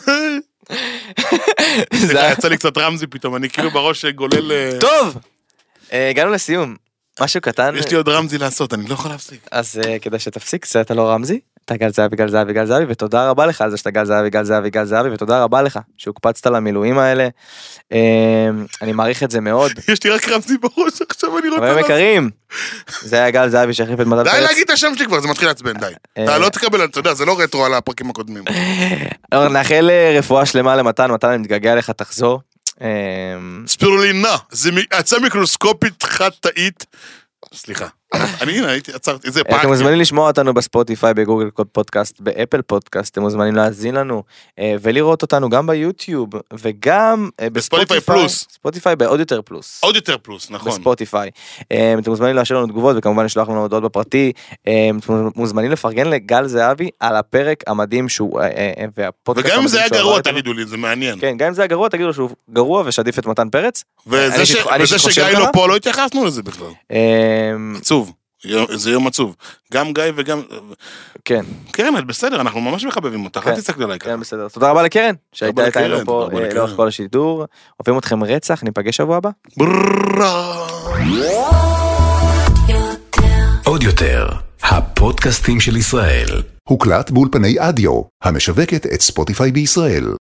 יצא לי קצת רמזי פתאום, אני כאילו בראש גולל... טוב! הגענו לסיום. משהו קטן. יש לי עוד רמזי לעשות, אני לא יכול להפסיק. אז כדי שתפסיק, זה אתה לא רמזי. אתה גל זהבי, גל זהבי, גל זהבי, ותודה רבה לך על זה שאתה גל זהבי, גל זהבי, גל זהבי, ותודה רבה לך שהוקפצת למילואים האלה. אני מעריך את זה מאוד. יש לי רק רמזי בראש, עכשיו אני רוצה... חברים יקרים, זה היה גל זהבי שהחליף את מתן פרץ. די להגיד את השם שלי כבר, זה מתחיל לעצבן, די. אתה לא תקבל, אתה יודע, זה לא רטרו על הפרקים הקודמים. נאחל רפואה שלמה למתן, מתן, אני מתגעגע לך, תחזור. ספירולינה, זה עצה מיקרוסקופית חד-תאית. סליחה, אני עצרתי, זה פעם. אתם מוזמנים לשמוע אותנו בספוטיפיי, בגוגל פודקאסט, באפל פודקאסט, אתם מוזמנים להאזין לנו ולראות אותנו גם ביוטיוב וגם בספוטיפיי פלוס. ספוטיפיי בעוד יותר פלוס. עוד יותר פלוס, נכון. בספוטיפיי. אתם מוזמנים להשאיר לנו תגובות וכמובן לשלוח לנו הודעות בפרטי. אתם מוזמנים לפרגן לגל זהבי על הפרק המדהים שהוא וגם אם זה היה גרוע תגידו לי, זה מעניין. כן, גם אם זה היה גרוע תגידו שהוא גרוע ושעדיף את מתן פרץ. וזה שגיא לא פה לא התייחסנו לזה בכלל. עצוב. זה יום עצוב. גם גיא וגם... כן. קרן, את בסדר, אנחנו ממש מחבבים אותך, אל תסתכלי עליי. כן, בסדר. תודה רבה לקרן, שהייתה איתנו פה לאורך כל השידור. אוהבים אתכם רצח, ניפגש שבוע הבא. עוד יותר, הפודקאסטים של ישראל. הוקלט באולפני אדיו, המשווקת את ספוטיפיי בישראל.